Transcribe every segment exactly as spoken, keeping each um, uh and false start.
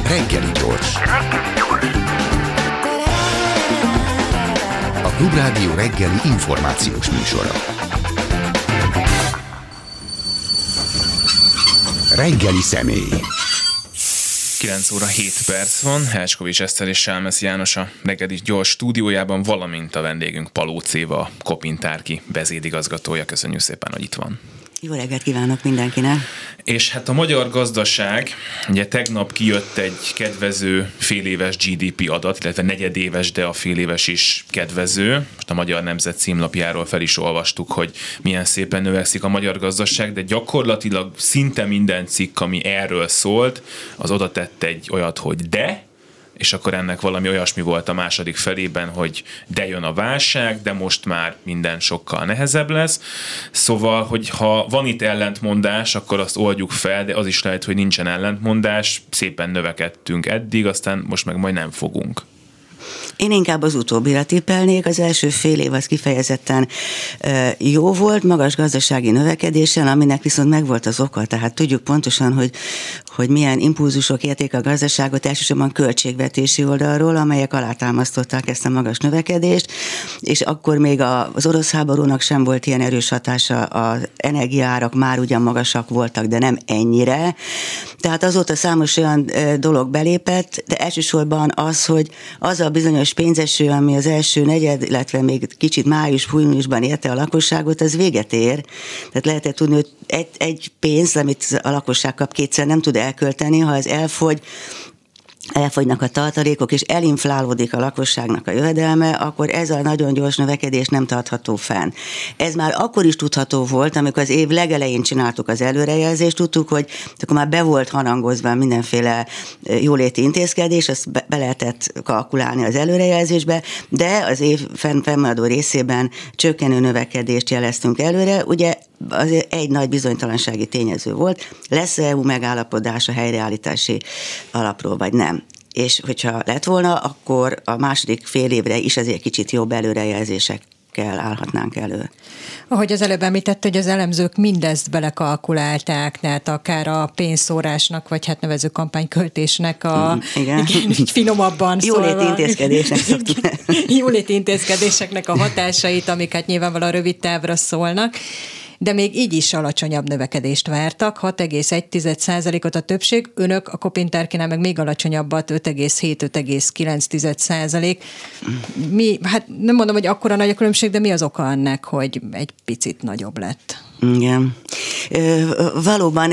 Reggeli gyors. A Klubrádió reggeli információs műsora. Reggeli személy. kilenc óra hét perc van, Herskovics Eszter és Selmesz János a reggeli gyors stúdiójában, valamint a vendégünk Palóc Éva, a Kopintárki vezédigazgatója. Köszönjük szépen, hogy itt van. Jó reggelt kívánok mindenkinek! És hát a magyar gazdaság, ugye tegnap kijött egy kedvező féléves gé dé pé adat, illetve negyedéves, de a féléves is kedvező. Most a Magyar Nemzet címlapjáról fel is olvastuk, hogy milyen szépen növekszik a magyar gazdaság, de gyakorlatilag szinte minden cikk, ami erről szólt, az oda tett egy olyat, hogy de, és akkor ennek valami olyasmi volt a második felében, hogy de jön a válság, de most már minden sokkal nehezebb lesz. Szóval, hogy ha van itt ellentmondás, akkor azt oldjuk fel, de az is lehet, hogy nincsen ellentmondás, szépen növekedtünk eddig, aztán most meg majd nem fogunk. Én inkább az utóbbira tippelnék, az első fél év az kifejezetten jó volt, magas gazdasági növekedésen, aminek viszont megvolt az oka, tehát tudjuk pontosan, hogy, hogy milyen impulzusok érték a gazdaságot, elsősorban költségvetési oldalról, amelyek alátámasztották ezt a magas növekedést, és akkor még az orosz háborúnak sem volt ilyen erős hatása, az energiaárak már ugyan magasak voltak, de nem ennyire, tehát azóta számos olyan dolog belépett, de elsősorban az, hogy az a bizonyos pénzeső, ami az első negyed, illetve még kicsit május-júniusban érte a lakosságot, az véget ér. Tehát lehetett tudni, hogy egy, egy pénz, amit a lakosság kap kétszer, nem tud elkölteni, ha ez elfogy, elfogynak a tartalékok, és elinflálódik a lakosságnak a jövedelme, akkor ez a nagyon gyors növekedés nem tartható fenn. Ez már akkor is tudható volt, amikor az év legelején csináltuk az előrejelzést, tudtuk, hogy akkor már be volt harangozva mindenféle jóléti intézkedés, azt be, be lehetett kalkulálni az előrejelzésbe, de az év fenn, fennmaradó részében csökkenő növekedést jeleztünk előre. Ugye azért egy nagy bizonytalansági tényező volt, lesz-e é u megállapodás a helyreállítási alapról, vagy nem. És hogyha lett volna, akkor a második fél évre is azért kicsit jobb előrejelzésekkel állhatnánk elő. Ahogy az előbb említett, hogy az elemzők mindezt belekalkulálták, tehát akár a pénzszórásnak, vagy hát nevező kampányköltésnek a igen. Igen, finomabban szólva. Jóléti intézkedések szoktuk. Jóléti intézkedéseknek a hatásait, amik hát nyilvánvalóan rövid távra szólnak. De még így is alacsonyabb növekedést vártak, hat egész egy százalékot a többség, önök a Kopintárkinál meg még alacsonyabbat, öt egész hét - öt egész kilenc százalék. Mi, hát nem mondom, hogy akkora nagy a különbség, de mi az oka ennek, hogy egy picit nagyobb lett? Igen. Valóban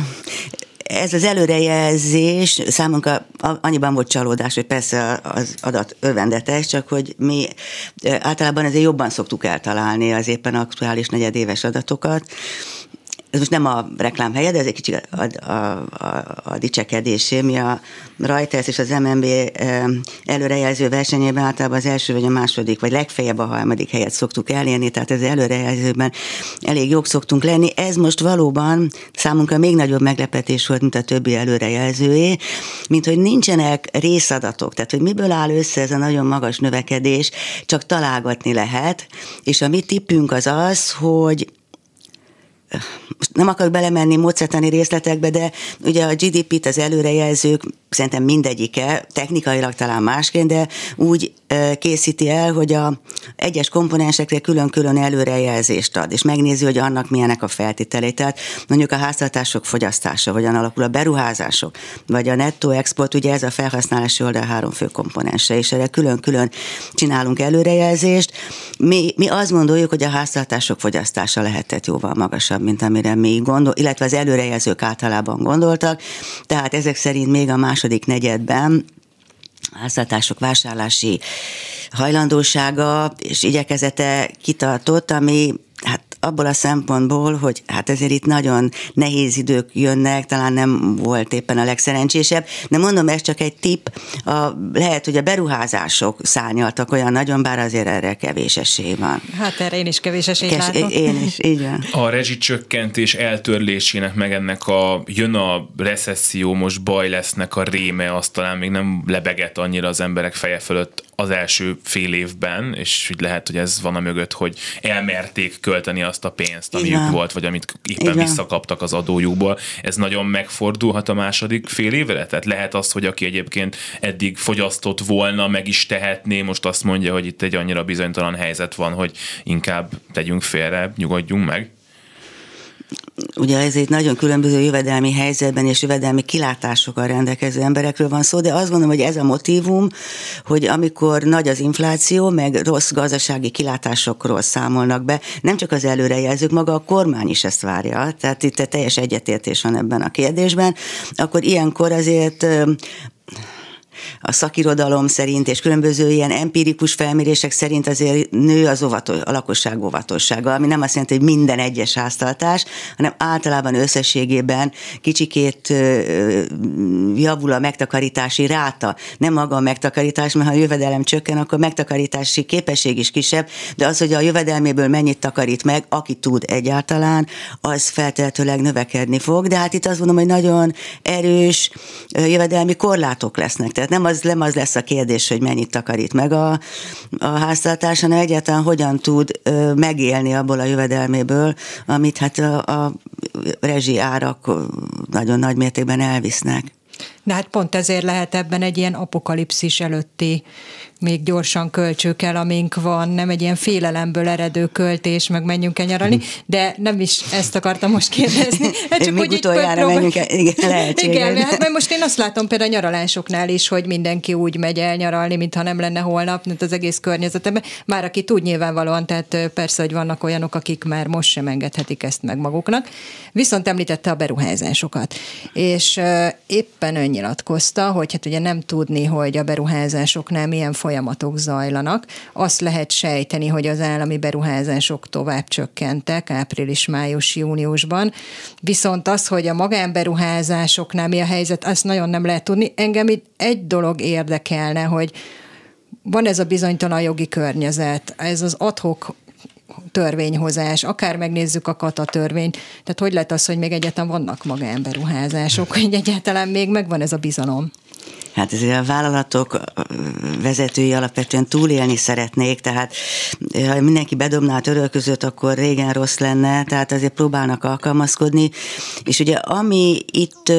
ez az előrejelzés számunkra annyiban volt csalódás, hogy persze az adat örvendetes, csak hogy mi általában azért jobban szoktuk eltalálni az éppen aktuális negyedéves adatokat. Ez most nem a reklám helye, de ez egy kicsit a, a, a, a dicsekedésé. Mi a Reuters és az em en bé előrejelző versenyében általában az első vagy a második, vagy legfeljebb a harmadik helyet szoktuk elérni, tehát az előrejelzőben elég jók szoktunk lenni. Ez most valóban számunkra még nagyobb meglepetés volt, mint a többi előrejelzőé, mint hogy nincsenek részadatok, tehát hogy miből áll össze ez a nagyon magas növekedés, csak találgatni lehet, és a mi tippünk az az, hogy most nem akarok belemenni módszertani részletekbe, de ugye a gé dé pét az előrejelzők szerintem mindegyike, technikailag talán másként, de úgy készíti el, hogy a egyes komponensekre külön-külön előrejelzést ad, és megnézi, hogy annak milyenek a feltételei. Tehát mondjuk a háztartások fogyasztása, hogyan alakul a beruházások, vagy a nettó export, ugye ez a felhasználási oldal három fő komponense, és erre külön-külön csinálunk előrejelzést. Mi, mi azt gondoljuk, hogy a háztartások fogyasztása lehetett jóval magasabb, mint amire mi gondol, illetve az előrejelzők általában gondoltak, tehát ezek szerint még a második negyedben háztartások vásárlási hajlandósága és igyekezete kitartott, ami hát abból a szempontból, hogy hát ezért itt nagyon nehéz idők jönnek, talán nem volt éppen a legszerencsésebb, de mondom, ez csak egy tipp, a, lehet, hogy a beruházások szárnyaltak olyan nagyon, bár azért erre kevés esély van. Hát erre én is kevés esélyt Kes, látok. Én is, így van. A rezsicsökkentés eltörlésének, meg ennek a jön a recesszió, most baj lesznek a réme, azt talán még nem lebegett annyira az emberek feje fölött az első fél évben, és lehet, hogy ez van a mögött, hogy elmerték költeni azt a pénzt, amiük volt, vagy amit éppen visszakaptak az adójukból. Ez nagyon megfordulhat a második fél évre? Tehát lehet az, hogy aki egyébként eddig fogyasztott volna, meg is tehetné, most azt mondja, hogy itt egy annyira bizonytalan helyzet van, hogy inkább tegyünk félre, nyugodjunk meg? Ugye ezért nagyon különböző jövedelmi helyzetben és jövedelmi kilátásokkal rendelkező emberekről van szó, de azt gondolom, hogy ez a motívum, hogy amikor nagy az infláció, meg rossz gazdasági kilátásokról számolnak be, nem csak az előrejelzők, maga a kormány is ezt várja, tehát itt teljes egyetértés van ebben a kérdésben, akkor ilyenkor azért a szakirodalom szerint és különböző ilyen empirikus felmérések szerint azért nő az óvatos, a lakosság óvatossága, ami nem azt jelenti, hogy minden egyes háztartás, hanem általában összességében kicsikét javul a megtakarítási ráta. Nem maga a megtakarítás, mert ha a jövedelem csökken, akkor a megtakarítási képesség is kisebb, de az, hogy a jövedelméből mennyit takarít meg, aki tud egyáltalán, az feltehetőleg növekedni fog, de hát itt azt mondom, hogy nagyon erős jövedelmi korlátok lesznek. Tehát nem az, nem az lesz a kérdés, hogy mennyit takarít meg a, a háztartás, hanem egyáltalán hogyan tud ö, megélni abból a jövedelméből, amit hát a, a rezsi árak nagyon nagy mértékben elvisznek. De hát pont ezért lehet ebben egy ilyen apokalipszis előtti még gyorsan költsük el, amink van, nem egy ilyen félelemből eredő költés, meg menjünk el nyaralni, de nem is ezt akartam most kérdezni. Hát csak, még hogy utoljára menjünk el, igen, lehetséges. Igen, hát mert most én azt látom például a nyaralásoknál is, hogy mindenki úgy megy el nyaralni, mintha nem lenne holnap, mint az egész környezetben. Már aki tud nyilvánvalóan, tehát persze, hogy vannak olyanok, akik már most sem engedhetik ezt meg maguknak. Viszont említette a beruházásokat. És éppen ön nyilatkozta, hogy hát ugye nem tudni, hogy a beruházásoknál milyen folyamatok zajlanak. Azt lehet sejteni, hogy az állami beruházások tovább csökkentek április, május, júniusban. Viszont az, hogy a magánberuházásoknál mi a helyzet, azt nagyon nem lehet tudni. Engem itt egy dolog érdekelne, hogy van ez a bizonytalan jogi környezet, ez az ad-hoc törvényhozás, akár megnézzük a Kata törvényt, tehát hogy lehet az, hogy még egyáltalán vannak magánberuházások, hogy egyáltalán még megvan ez a bizalom? Hát ezért a vállalatok vezetői alapvetően túlélni szeretnék, tehát ha mindenki bedobná a törölközőt, akkor régen rossz lenne, tehát azért próbálnak alkalmazkodni, és ugye ami itt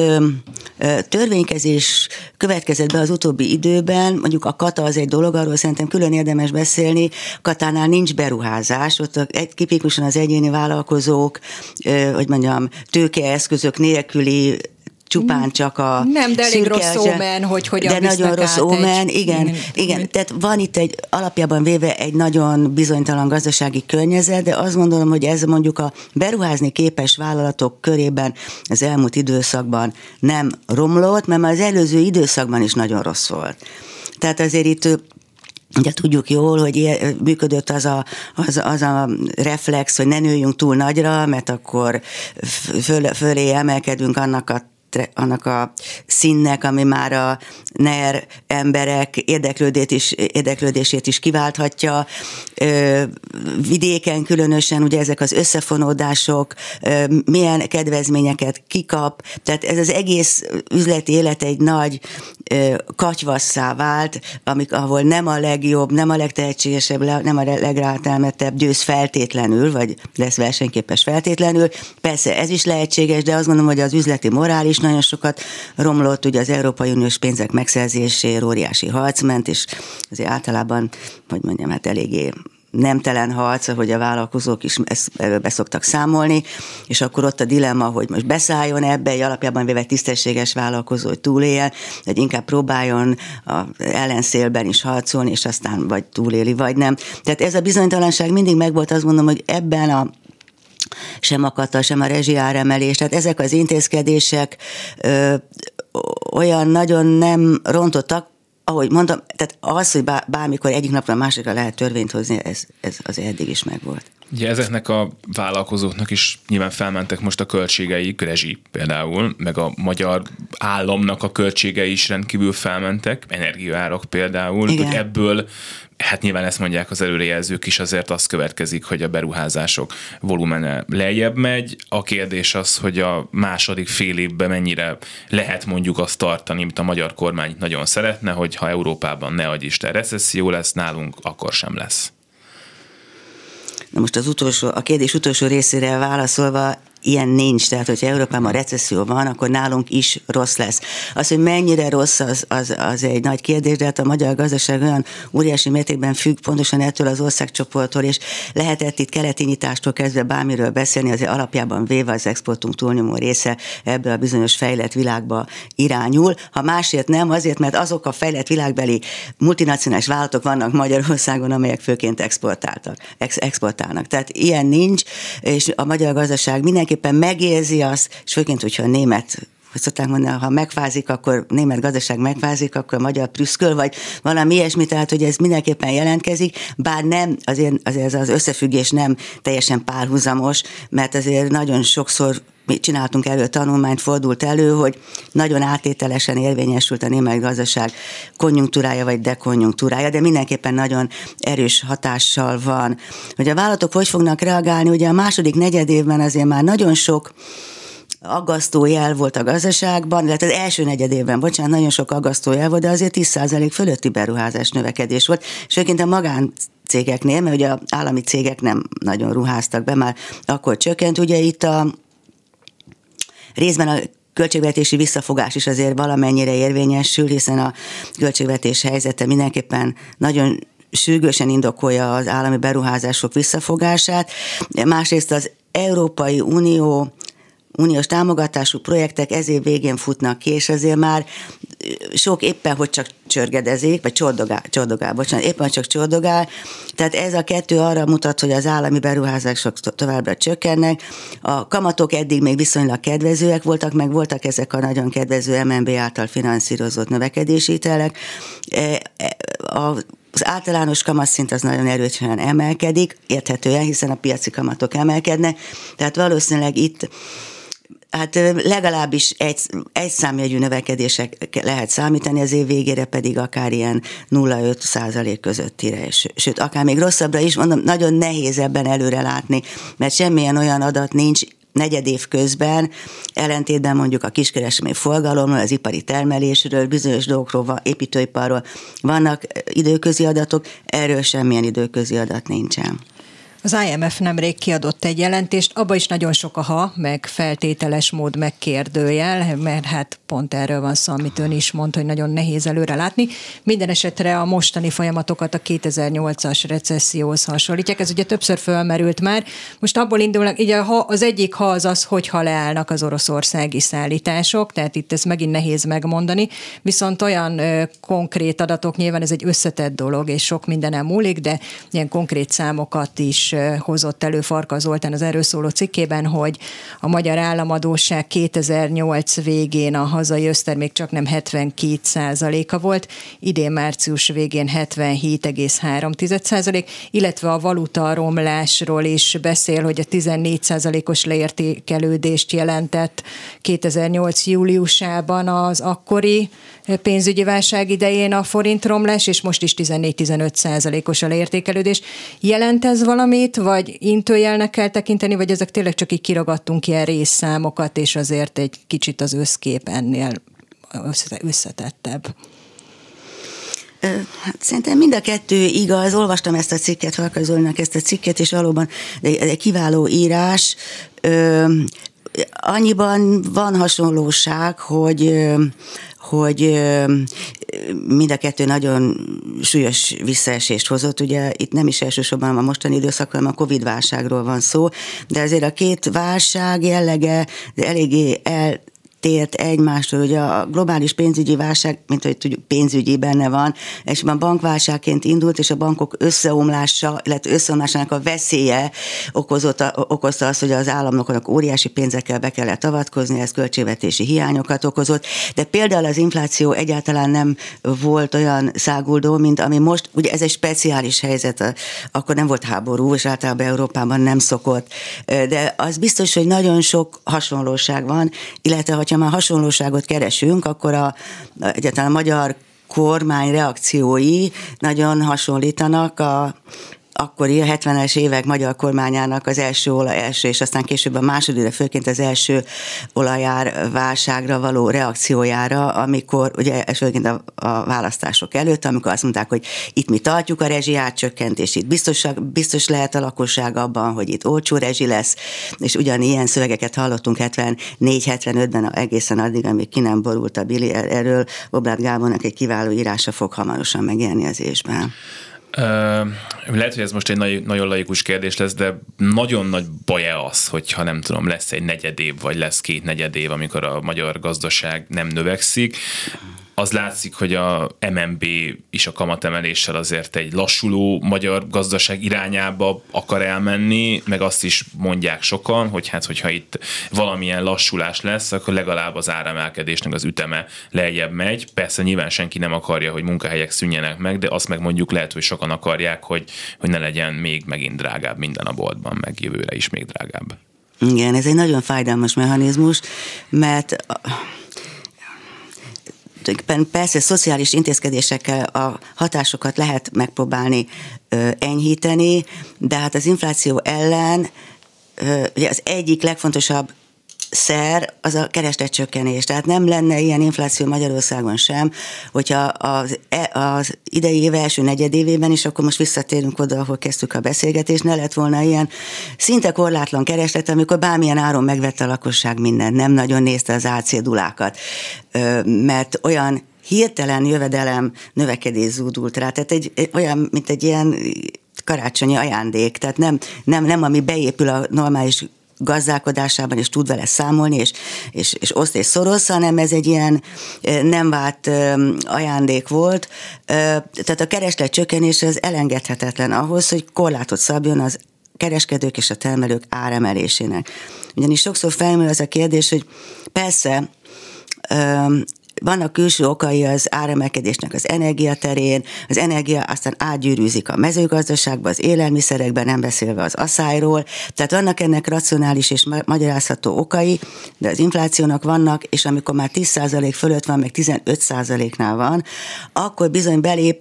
törvénykezés következett be az utóbbi időben, mondjuk a Kata az egy dolog, arról szerintem külön érdemes beszélni, Katánál nincs beruházás, ott tipikusan az egyéni vállalkozók, hogy mondjam, tőkeeszközök nélküli csupán csak a nem, de elég rossz ómen, hogy hogyan de nagyon rossz ómen, egy... igen, igen, igen, tehát van itt egy alapjában véve egy nagyon bizonytalan gazdasági környezet, de azt gondolom, hogy ez mondjuk a beruházni képes vállalatok körében az elmúlt időszakban nem romlott, mert már az előző időszakban is nagyon rossz volt. Tehát azért itt ugye tudjuk jól, hogy működött az a, az, az a reflex, hogy ne nőjünk túl nagyra, mert akkor föl, fölé emelkedünk annak a annak a színnek, ami már a en e er emberek érdeklődését is, érdeklődését is kiválthatja. Vidéken különösen ugye ezek az összefonódások, milyen kedvezményeket kikap, tehát ez az egész üzleti élet egy nagy katyvasszá vált, amik, ahol nem a legjobb, nem a legtehetségesebb, nem a legrátelmettebb győz feltétlenül, vagy lesz versenyképes feltétlenül. Persze ez is lehetséges, de azt gondolom, hogy az üzleti morál is nagyon sokat romlott, ugye az Európai Uniós pénzek megszerzéséért óriási harc ment, és azért általában, hogy mondjam, hát eléggé nemtelen harc, hogy a vállalkozók is ezt, erről beszoktak számolni, és akkor ott a dilemma, hogy most beszálljon ebbe, egy alapjában véve tisztességes vállalkozó, hogy túléljen, vagy inkább próbáljon az ellenszélben is harcolni, és aztán vagy túléli, vagy nem. Tehát ez a bizonytalanság mindig megvolt, azt mondom, hogy ebben a sem a Kata, sem a rezsiáremelés, tehát ezek az intézkedések ö, olyan nagyon nem rontottak, ahogy mondtam, tehát az, hogy bármikor egyik napra a másikra lehet törvényt hozni, ez, ez az eddig is megvolt. Ugye ezeknek a vállalkozóknak is nyilván felmentek most a költségei, rezsi például, meg a magyar államnak a költségei is rendkívül felmentek, energiaárak például, igen. hogy ebből, hát nyilván ezt mondják az előrejelzők is, azért az következik, hogy a beruházások volumene lejjebb megy. A kérdés az, hogy a második fél évben mennyire lehet mondjuk azt tartani, amit a magyar kormány nagyon szeretne, hogy ha Európában ne adj Isten recesszió lesz, nálunk akkor sem lesz. Na most az utolsó, a kérdés utolsó részére válaszolva, ilyen nincs, tehát hogyha Európában recesszió van, akkor nálunk is rossz lesz. Az, hogy mennyire rossz, az, az, az egy nagy kérdés, de hát a magyar gazdaság olyan óriási mértékben függ pontosan ettől az országcsoporttól, és lehetett itt keleti nyitástól kezdve bármiről beszélni, azért alapjában véve az exportunk túlnyomó része ebből a bizonyos fejlett világba irányul. Ha másért nem, azért, mert azok a fejlett világbeli multinacionális vállalatok vannak Magyarországon, amelyek főként exportáltak, ex- exportálnak. Tehát ilyen nincs, és a magyar gazdaság mindenki éppen megérzi azt, és főként, hogyha a német, hogy szokták mondani, ha megfázik, akkor német gazdaság megfázik, akkor a magyar prüszköl, vagy valami ilyesmi, tehát hogy ez mindenképpen jelentkezik, bár nem, azért, azért az összefüggés nem teljesen párhuzamos, mert azért nagyon sokszor mi csináltunk elő tanulmányt, fordult elő, hogy nagyon áttételesen érvényesült a német gazdaság konjunktúrája vagy dekonjunktúrája, de mindenképpen nagyon erős hatással van. Hogy a vállalatok hogy fognak reagálni, ugye a második negyedévben azért már nagyon sok aggasztó jel volt a gazdaságban, illetve az első negyedévben, bocsánat, nagyon sok aggasztó jel volt, de azért tíz százalék fölötti beruházás növekedés volt, és főként a magán cégeknél, mert ugye az állami cégek nem nagyon ruháztak be, már akkor csökkent, ugye itt a részben a költségvetési visszafogás is azért valamennyire érvényesül, hiszen a költségvetés helyzete mindenképpen nagyon sürgősen indokolja az állami beruházások visszafogását. Másrészt az Európai Unió uniós támogatású projektek ez év végén futnak ki, és azért már sok éppen, hogy csak csörgedezik, vagy csordogál, csordogál, bocsánat, éppen csak csordogál, tehát ez a kettő arra mutat, hogy az állami beruházások továbbra csökkennek. A kamatok eddig még viszonylag kedvezőek voltak, meg voltak ezek a nagyon kedvező em en bé által finanszírozott növekedési hitelek. Az általános kamatszint az nagyon erősen emelkedik, érthetően, hiszen a piaci kamatok emelkednek, tehát valószínűleg itt hát legalábbis egy, egy számjegyű növekedések lehet számítani, az év végére pedig akár ilyen nulla egész öt százalék közöttire, sőt, akár még rosszabbra is, mondom, nagyon nehéz ebben előre látni, mert semmilyen olyan adat nincs negyedév közben, ellentétben mondjuk a kiskereskedelmi forgalomról, az ipari termelésről, bizonyos dolgokról, építőiparról vannak időközi adatok, erről semmilyen időközi adat nincsen. Az i em ef nemrég kiadott egy jelentést, abban is nagyon sok a ha, meg feltételes mód megkérdőjel, mert hát pont erről van szó, amit ön is mondta, hogy nagyon nehéz előre látni. Minden esetre a mostani folyamatokat a kétezer-nyolcas recesszióhoz hasonlítják. Ez ugye többször fölmerült már. Most abból indulnak, ugye az egyik ha az az, hogyha leállnak az oroszországi szállítások, tehát itt ez megint nehéz megmondani, viszont olyan ö, konkrét adatok, nyilván ez egy összetett dolog, és sok mindenem múlik, de ilyen konkrét számokat is hozott elő Farkas Zoltán az erről szóló cikkében, hogy a magyar államadósság kétezer-nyolc végén a hazai össztermék csak nem hetvenkét százaléka volt, idén március végén hetvenhét egész három százalék, illetve a valuta romlásról is beszél, hogy a tizennégy százalékos leértékelődést jelentett kétezer-nyolc júliusában az akkori pénzügyi válság idején a forint romlás, és most is tizennégy-tizenöt százalékos a leértékelődés. Jelent ez valamit, vagy intőjelnek kell tekinteni, vagy ezek tényleg csak így kiragadtunk ilyen részszámokat, és azért egy kicsit az összkép ennél összetettebb? Hát szerintem mind a kettő igaz. Olvastam ezt a cikket, Farkas Zolinak ezt a cikket, és valóban egy kiváló írás. Annyiban van hasonlóság, hogy hogy mind a kettő nagyon súlyos visszaesést hozott. Ugye itt nem is elsősorban a mostani időszakban, hanem a Covid-válságról van szó, de azért a két válság jellege eléggé el tért egymástól, hogy a globális pénzügyi válság, mint hogy tudjuk, pénzügyi benne van, és a bankválságként indult, és a bankok összeomlása, illetve összeomlásának a veszélye okozott, okozta azt, hogy az államoknak óriási pénzekkel be kellett avatkozni, ez költségvetési hiányokat okozott, de például az infláció egyáltalán nem volt olyan száguldó, mint ami most, ugye ez egy speciális helyzet, akkor nem volt háború, és általában Európában nem szokott, de az biztos, hogy nagyon sok hasonlóság van, illetve ha már hasonlóságot keresünk, akkor a, egyáltalán a magyar kormány reakciói nagyon hasonlítanak a akkori a hetvenes évek magyar kormányának az első olaj, első, és aztán később a második, de főként az első olajár válságra való reakciójára, amikor ugye főként a, a választások előtt, amikor azt mondták, hogy itt mi tartjuk a rezsiárcsökkentést, itt biztos, biztos lehet a lakosság abban, hogy itt olcsó rezsi lesz, és ugyanilyen szövegeket hallottunk hetvennégy hetvenötben egészen addig, amíg ki nem borult a Bili, erről Oblát Gábornak egy kiváló írása fog hamarosan megjelenni az ésben. Uh, lehet, hogy ez most egy nagy, nagyon laikus kérdés lesz, de nagyon nagy baj az, hogyha nem tudom, lesz egy negyedév, vagy lesz két negyedév, amikor a magyar gazdaság nem növekszik. Az látszik, hogy a em en bé is a kamatemeléssel azért egy lassuló magyar gazdaság irányába akar elmenni, meg azt is mondják sokan, hogy hát, hogyha itt valamilyen lassulás lesz, akkor legalább az áremelkedésnek az üteme lejjebb megy. Persze nyilván senki nem akarja, hogy munkahelyek szűnjenek meg, de azt meg mondjuk lehet, hogy sokan akarják, hogy, hogy ne legyen még megint drágább minden a boltban, meg jövőre is még drágább. Igen, ez egy nagyon fájdalmas mechanizmus, mert persze szociális intézkedésekkel a hatásokat lehet megpróbálni ö, enyhíteni, de hát az infláció ellen ö, ugye az egyik legfontosabb szer az a keresletcsökkenés. Tehát nem lenne ilyen infláció Magyarországon sem, hogyha az, az idei év első negyedévében is, akkor most visszatérünk oda, ahol kezdtük a beszélgetést, ne lett volna ilyen szinte korlátlan kereslet, amikor bármilyen áron megvette a lakosság mindent, nem nagyon nézte az álcédulákat, mert olyan hirtelen jövedelem növekedés zúdult rá, tehát egy, olyan, mint egy ilyen karácsonyi ajándék, tehát nem, nem, nem ami beépül a normális gazdálkodásában, és tud vele számolni, és, és, és oszt és szorosz, hanem ez egy ilyen nem várt ajándék volt. Tehát a kereslet csökkenés az elengedhetetlen ahhoz, hogy korlátot szabjon az kereskedők és a termelők áremelésének. Ugyanis sokszor felmerül az a kérdés, hogy persze vannak külső okai az áremelkedésnek az energia terén, az energia aztán átgyűrűzik a mezőgazdaságba, az élelmiszerekben, nem beszélve az aszályról, tehát vannak ennek racionális és magyarázható okai, de az inflációnak vannak, és amikor már tíz százalék fölött van, meg tizenöt százaléknál van, akkor bizony belép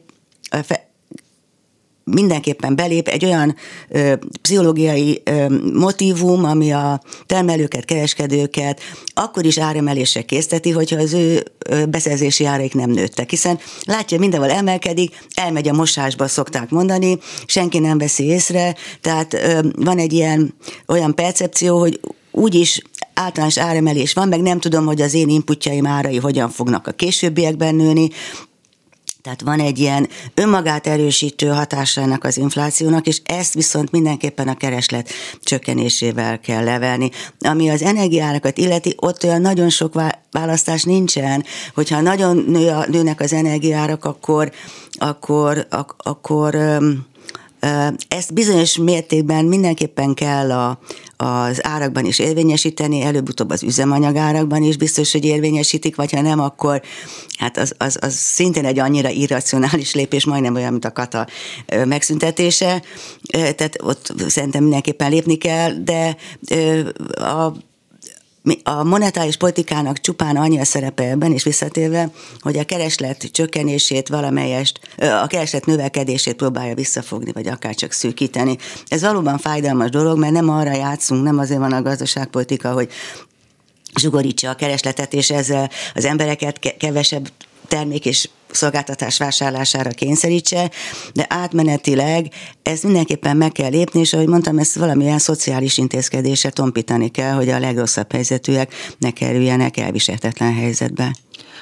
mindenképpen belép egy olyan ö, pszichológiai ö, motívum, ami a termelőket, kereskedőket akkor is áremelésre készteti, hogyha az ő ö, beszerzési áraik nem nőttek. Hiszen látja, mindenhol emelkedik, elmegy a mosásba, szokták mondani, senki nem veszi észre, tehát ö, van egy ilyen olyan percepció, hogy úgyis általános áremelés van, meg nem tudom, hogy az én inputjaim árai hogyan fognak a későbbiekben nőni. Tehát van egy ilyen önmagát erősítő hatása ennek az inflációnak, és ezt viszont mindenképpen a kereslet csökkenésével kell levelni. Ami az energiaárakat illeti, ott olyan nagyon sok választás nincsen, hogyha nagyon nő a, nőnek az energiaárak, akkor, akkor, ak, akkor ezt bizonyos mértékben mindenképpen kell a, az árakban is érvényesíteni, előbb-utóbb az üzemanyagárakban is biztos, hogy érvényesítik, vagy ha nem, akkor hát az, az, az szintén egy annyira irracionális lépés, majdnem olyan, mint a kata megszüntetése, tehát ott szerintem mindenképpen lépni kell, de a A monetáris politikának csupán annyi a szerepe ebben, és visszatérve, hogy a kereslet csökkenését valamelyest, a kereslet növekedését próbálja visszafogni, vagy akár csak szűkíteni. Ez valóban fájdalmas dolog, mert nem arra játszunk, nem azért van a gazdaságpolitika, hogy zsugorítsa a keresletet, és ezzel az embereket kevesebb termék és szolgáltatás vásárlására kényszerítse, de átmenetileg ezt mindenképpen meg kell lépni, és ahogy mondtam, ezt valamilyen szociális intézkedésre tompítani kell, hogy a legrosszabb helyzetűek ne kerüljenek elviselhetetlen helyzetbe.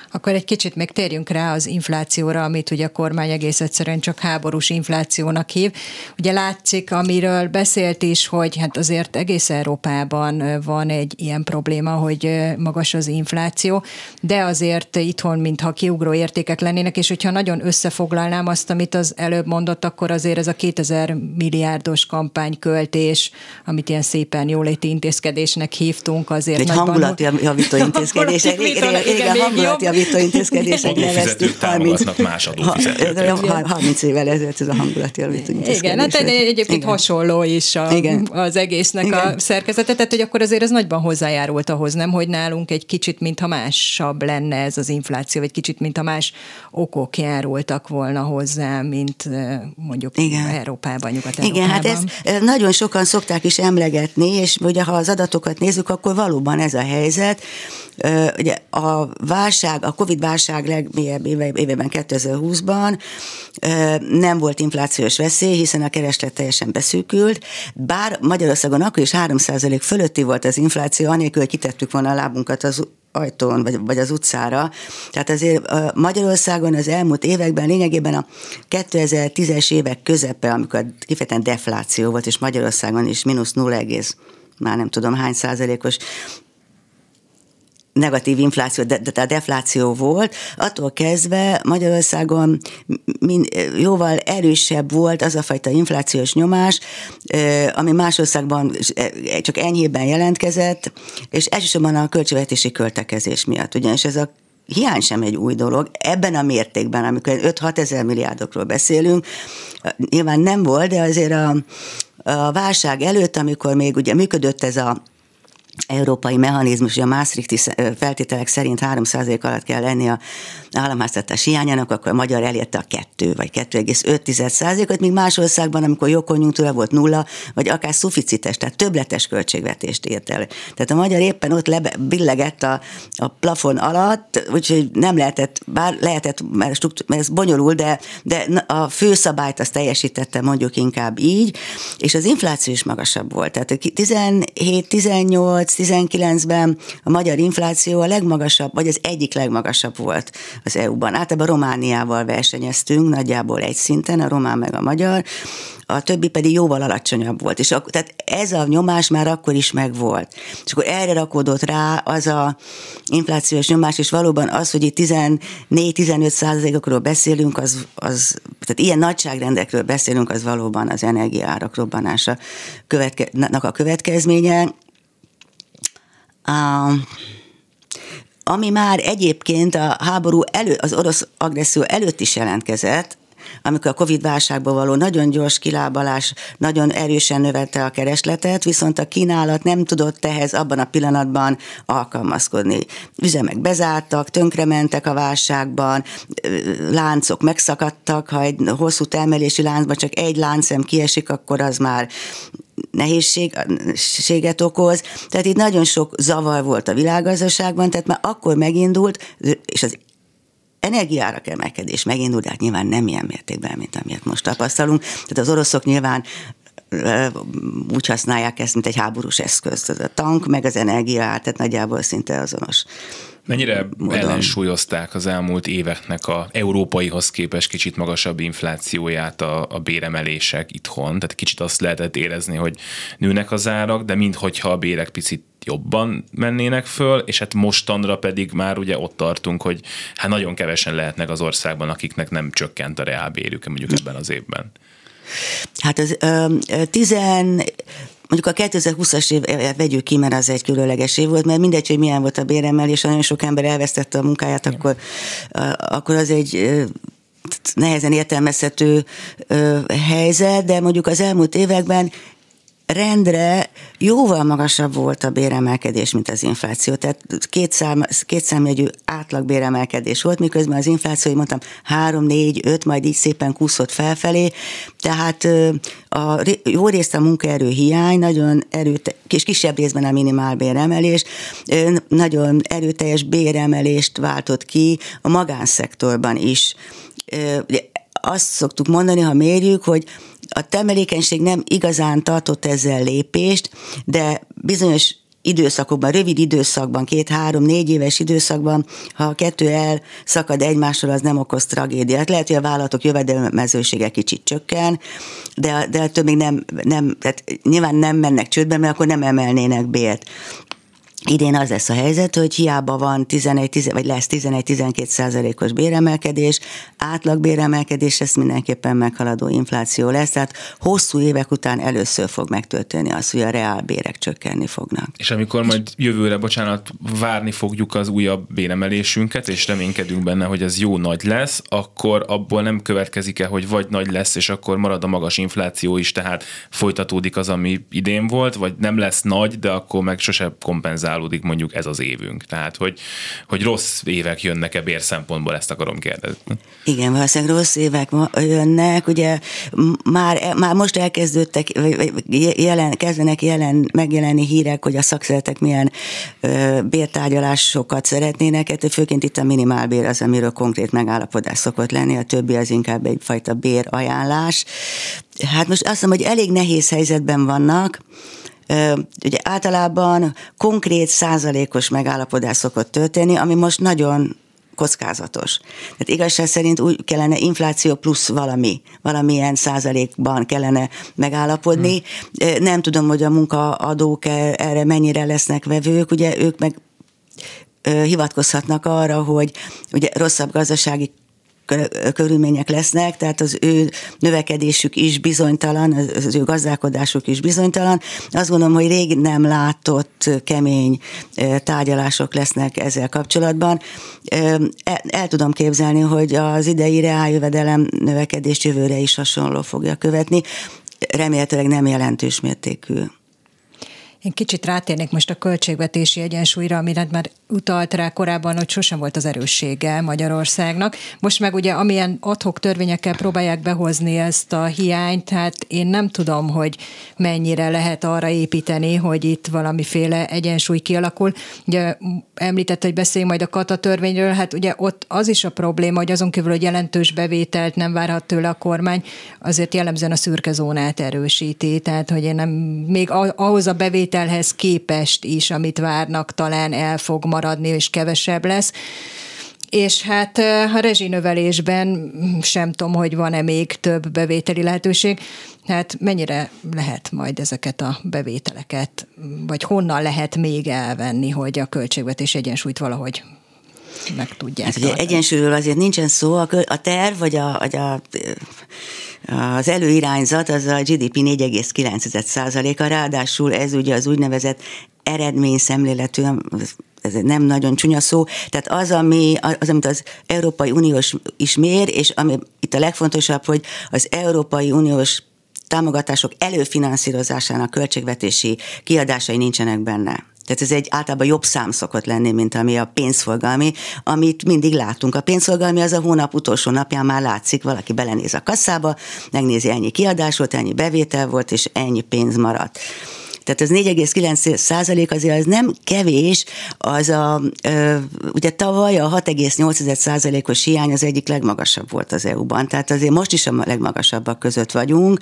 Akkor egy kicsit még térjünk rá az inflációra, amit ugye a kormány egész egyszerűen csak háborús inflációnak hív. Ugye látszik, amiről beszélt is, hogy hát azért egész Európában van egy ilyen probléma, hogy magas az infláció, de azért itthon mintha kiugró értékek lennének, és hogyha nagyon összefoglalnám azt, amit az előbb mondott, akkor azért ez a kétezer milliárdos kampányköltés, amit ilyen szépen jóléti intézkedésnek hívtunk, azért egy nagyban... hangulatjavító intézkedések. Régen hangulatjavító intézkedések neveztük. Támogatnak más adófizetőket. harminc évvel ezelőtt ez a hangulatjavító intézkedések. Igen, hát egyébként Igen. hasonló is a, az egésznek Igen. a szerkezete, tehát hogy akkor azért ez nagyban hozzájárult ahhoz, nem, hogy nálunk egy kicsit, mintha másabb lenne ez az infláció, vagy kicsit, mintha más okok járultak volna hozzá, mint mondjuk Igen. Európában, Nyugat-Európában. Igen, hát ez nagyon sokan szokták is emlegetni, és ugye ha az adatokat nézzük, akkor valóban ez a helyzet. Ugye a válság, a Covid válság legmélyebb évében kétezer-húszban nem volt inflációs veszély, hiszen a kereslet teljesen beszűkült, bár Magyarországon akkor is három százalék fölötti volt az infláció, anélkül, hogy kitettük volna a lábunkat az ajtón, vagy, vagy az utcára. Tehát azért Magyarországon az elmúlt években lényegében a kétezer-tízes évek közepe, amikor kifejezetten defláció volt, és Magyarországon is mínusz nulla, már nem tudom hány százalékos negatív infláció, de, de a defláció volt, attól kezdve Magyarországon min, jóval erősebb volt az a fajta inflációs nyomás, ami más országban csak enyhében jelentkezett, és elsősorban a költségvetési költekezés miatt, ugyanis ez a hiány sem egy új dolog, ebben a mértékben, amikor öt-hat ezer milliárdokról beszélünk, nyilván nem volt, de azért a, a válság előtt, amikor még ugye működött ez a európai mechanizmus, hogy a Maastrichti feltételek szerint három százalék alatt kell lenni a államháztartás hiányának, akkor a magyar elérte a kettő vagy kettő egész öt százalékot, míg más országban, amikor jó konjunktúra volt nulla, vagy akár szuficites, tehát többletes költségvetést ért el. Tehát a magyar éppen ott lebe, billegett a, a plafon alatt, úgyhogy nem lehetett, bár lehetett, mert, struktúr, mert ez bonyolul, de, de a főszabályt azt teljesítette, mondjuk inkább így, és az infláció is magasabb volt. Tehát tizenhét tizennyolc tizenkilencben a magyar infláció a legmagasabb, vagy az egyik legmagasabb volt az é u-ban. Általában Romániával versenyeztünk, nagyjából egy szinten, a román meg a magyar, a többi pedig jóval alacsonyabb volt. És ak- tehát ez a nyomás már akkor is megvolt. És akkor erre rakódott rá az a inflációs nyomás, és valóban az, hogy itt tizennégy-tizenöt százalékokról beszélünk, az, az, tehát ilyen nagyságrendekről beszélünk, az valóban az energiaárak robbanása követke- a következménye. Uh, ami már egyébként a háború elő, az orosz agresszió előtt is jelentkezett, amikor a Covid-válságból való nagyon gyors kilábalás nagyon erősen növelte a keresletet, viszont a kínálat nem tudott ehhez abban a pillanatban alkalmazkodni. Üzemek bezártak, tönkrementek a válságban, láncok megszakadtak, ha egy hosszú termelési láncban csak egy láncszem kiesik, akkor az már nehézséget okoz. Tehát itt nagyon sok zavar volt a világgazdaságban, tehát már akkor megindult, és az energiaárak emelkedés megindult, de hát nyilván nem ilyen mértékben, mint amilyet most tapasztalunk. Tehát az oroszok nyilván úgy használják ezt, mint egy háborús eszközt. Az a tank, meg az energiaár, tehát nagyjából szinte azonos. Mennyire módon ellensúlyozták az elmúlt éveknek a európaihoz képest kicsit magasabb inflációját a, a béremelések itthon? Tehát kicsit azt lehetett érezni, hogy nőnek az árak, de minthogyha a bérek picit jobban mennének föl, és hát mostanra pedig már ugye ott tartunk, hogy hát nagyon kevesen lehetnek az országban, akiknek nem csökkent a reálbérük mondjuk ebben az évben. Hát az ö, tizen... Mondjuk a kétezer-húszas év vegyük ki, mert az egy különleges év volt, mert mindegy, hogy milyen volt a béremelés, nagyon sok ember elvesztette a munkáját, akkor, akkor az egy nehezen értelmezhető helyzet, de mondjuk az elmúlt években rendre jóval magasabb volt a béremelkedés, mint az infláció. Tehát két, szám, két számjegyű átlagbéremelkedés volt, miközben az infláció, mondtam, három, négy, öt, majd így szépen kúszott felfelé. Tehát a, jó részt a munkaerő hiány, nagyon erőteljes, és kisebb részben a minimálbéremelés, nagyon erőteljes béremelést váltott ki a magánszektorban is. Azt szoktuk mondani, ha mérjük, hogy a termelékenység nem igazán tartott ezzel lépést, de bizonyos időszakokban, rövid időszakban, két, három, négy éves időszakban, ha a kettő elszakad egymásról, az nem okoz tragédiát. Lehet, hogy a vállalatok jövedelmezősége kicsit csökken, de, de ettől még nem, nem, tehát nyilván nem mennek csődbe, mert akkor nem emelnének bért. Idén az lesz a helyzet, hogy hiába van tizenegy, vagy lesz tizenegy-tizenkét százalékos béremelkedés, átlag béremelkedés, ez mindenképpen meghaladó infláció lesz, tehát hosszú évek után először fog megtörténni az, hogy a reálbérek csökkenni fognak. És amikor majd jövőre, bocsánat, várni fogjuk az újabb béremelésünket, és reménykedünk benne, hogy ez jó nagy lesz, akkor abból nem következik-e, hogy vagy nagy lesz, és akkor marad a magas infláció is, tehát folytatódik az, ami idén volt, vagy nem lesz nagy, de akkor meg sose kompenzál mondjuk ez az évünk. Tehát, hogy, hogy rossz évek jönnek-e bérszempontból, ezt akarom kérdezni. Igen, valószínűleg rossz évek jönnek, ugye már, már most elkezdődtek, jelen, kezdenek jelen, megjelenni hírek, hogy a szakszervezetek milyen ö, bértárgyalásokat szeretnének, ettől főként itt a minimálbér az, amiről konkrét megállapodás szokott lenni, a többi az inkább egyfajta bérajánlás. Hát most azt mondom, hogy elég nehéz helyzetben vannak. Ugye általában konkrét százalékos megállapodás szokott történni, ami most nagyon kockázatos. Tehát igazság szerint úgy kellene infláció plusz valami, valamilyen százalékban kellene megállapodni. Hmm. Nem tudom, hogy a munkaadók erre mennyire lesznek vevők, ugye ők meg hivatkozhatnak arra, hogy ugye rosszabb gazdasági körülmények lesznek, tehát az ő növekedésük is bizonytalan, az ő gazdálkodásuk is bizonytalan. Azt gondolom, hogy rég nem látott kemény tárgyalások lesznek ezzel kapcsolatban. El, el tudom képzelni, hogy az idei reáljövedelem növekedést jövőre is hasonló fogja követni. Remélhetőleg nem jelentős mértékű. Én kicsit rátérnék most a költségvetési egyensúlyra, amire már utalt rá korábban, hogy sosem volt az erőssége Magyarországnak. Most meg ugye amilyen ad-hoc törvényekkel próbálják behozni ezt a hiányt, tehát én nem tudom, hogy mennyire lehet arra építeni, hogy itt valamiféle egyensúly kialakul. Ugye említett, hogy beszéljünk majd a kata törvényről, hát ugye ott az is a probléma, hogy azon kívül, hogy jelentős bevételt nem várhat tőle a kormány, azért jellemzően a szürke zónát erősíti, tehát hogy én nem, még ahhoz a bevételhez képest is, amit várnak, talán el fog maradni, és kevesebb lesz. És hát a rezsinövelésben sem tudom, hogy van-e még több bevételi lehetőség. Hát mennyire lehet majd ezeket a bevételeket, vagy honnan lehet még elvenni, hogy a költségvetés egyensúlyt valahogy meg tudják hát, tartani. Egyensúlyról azért nincsen szó, a terv, vagy a, vagy a az előirányzat az a gé dé pé négy egész kilenc százaléka, ráadásul ez ugye az úgynevezett eredményszemléletű, ez nem nagyon csúnya szó, tehát az, ami, az, amit az Európai Uniós is mér, és ami itt a legfontosabb, hogy az Európai Uniós támogatások előfinanszírozásának költségvetési kiadásai nincsenek benne. Tehát ez egy általában jobb szám szokott lenni, mint ami a pénzforgalmi, amit mindig látunk. A pénzforgalmi az a hónap utolsó napján már látszik, valaki belenéz a kasszába, megnézi, ennyi kiadás volt, ennyi bevétel volt, és ennyi pénz maradt. Tehát az négy egész kilenc százalék azért az nem kevés, az a, ugye tavaly a hat egész nyolc százalékos hiány az egyik legmagasabb volt az é u-ban, tehát azért most is a legmagasabbak között vagyunk.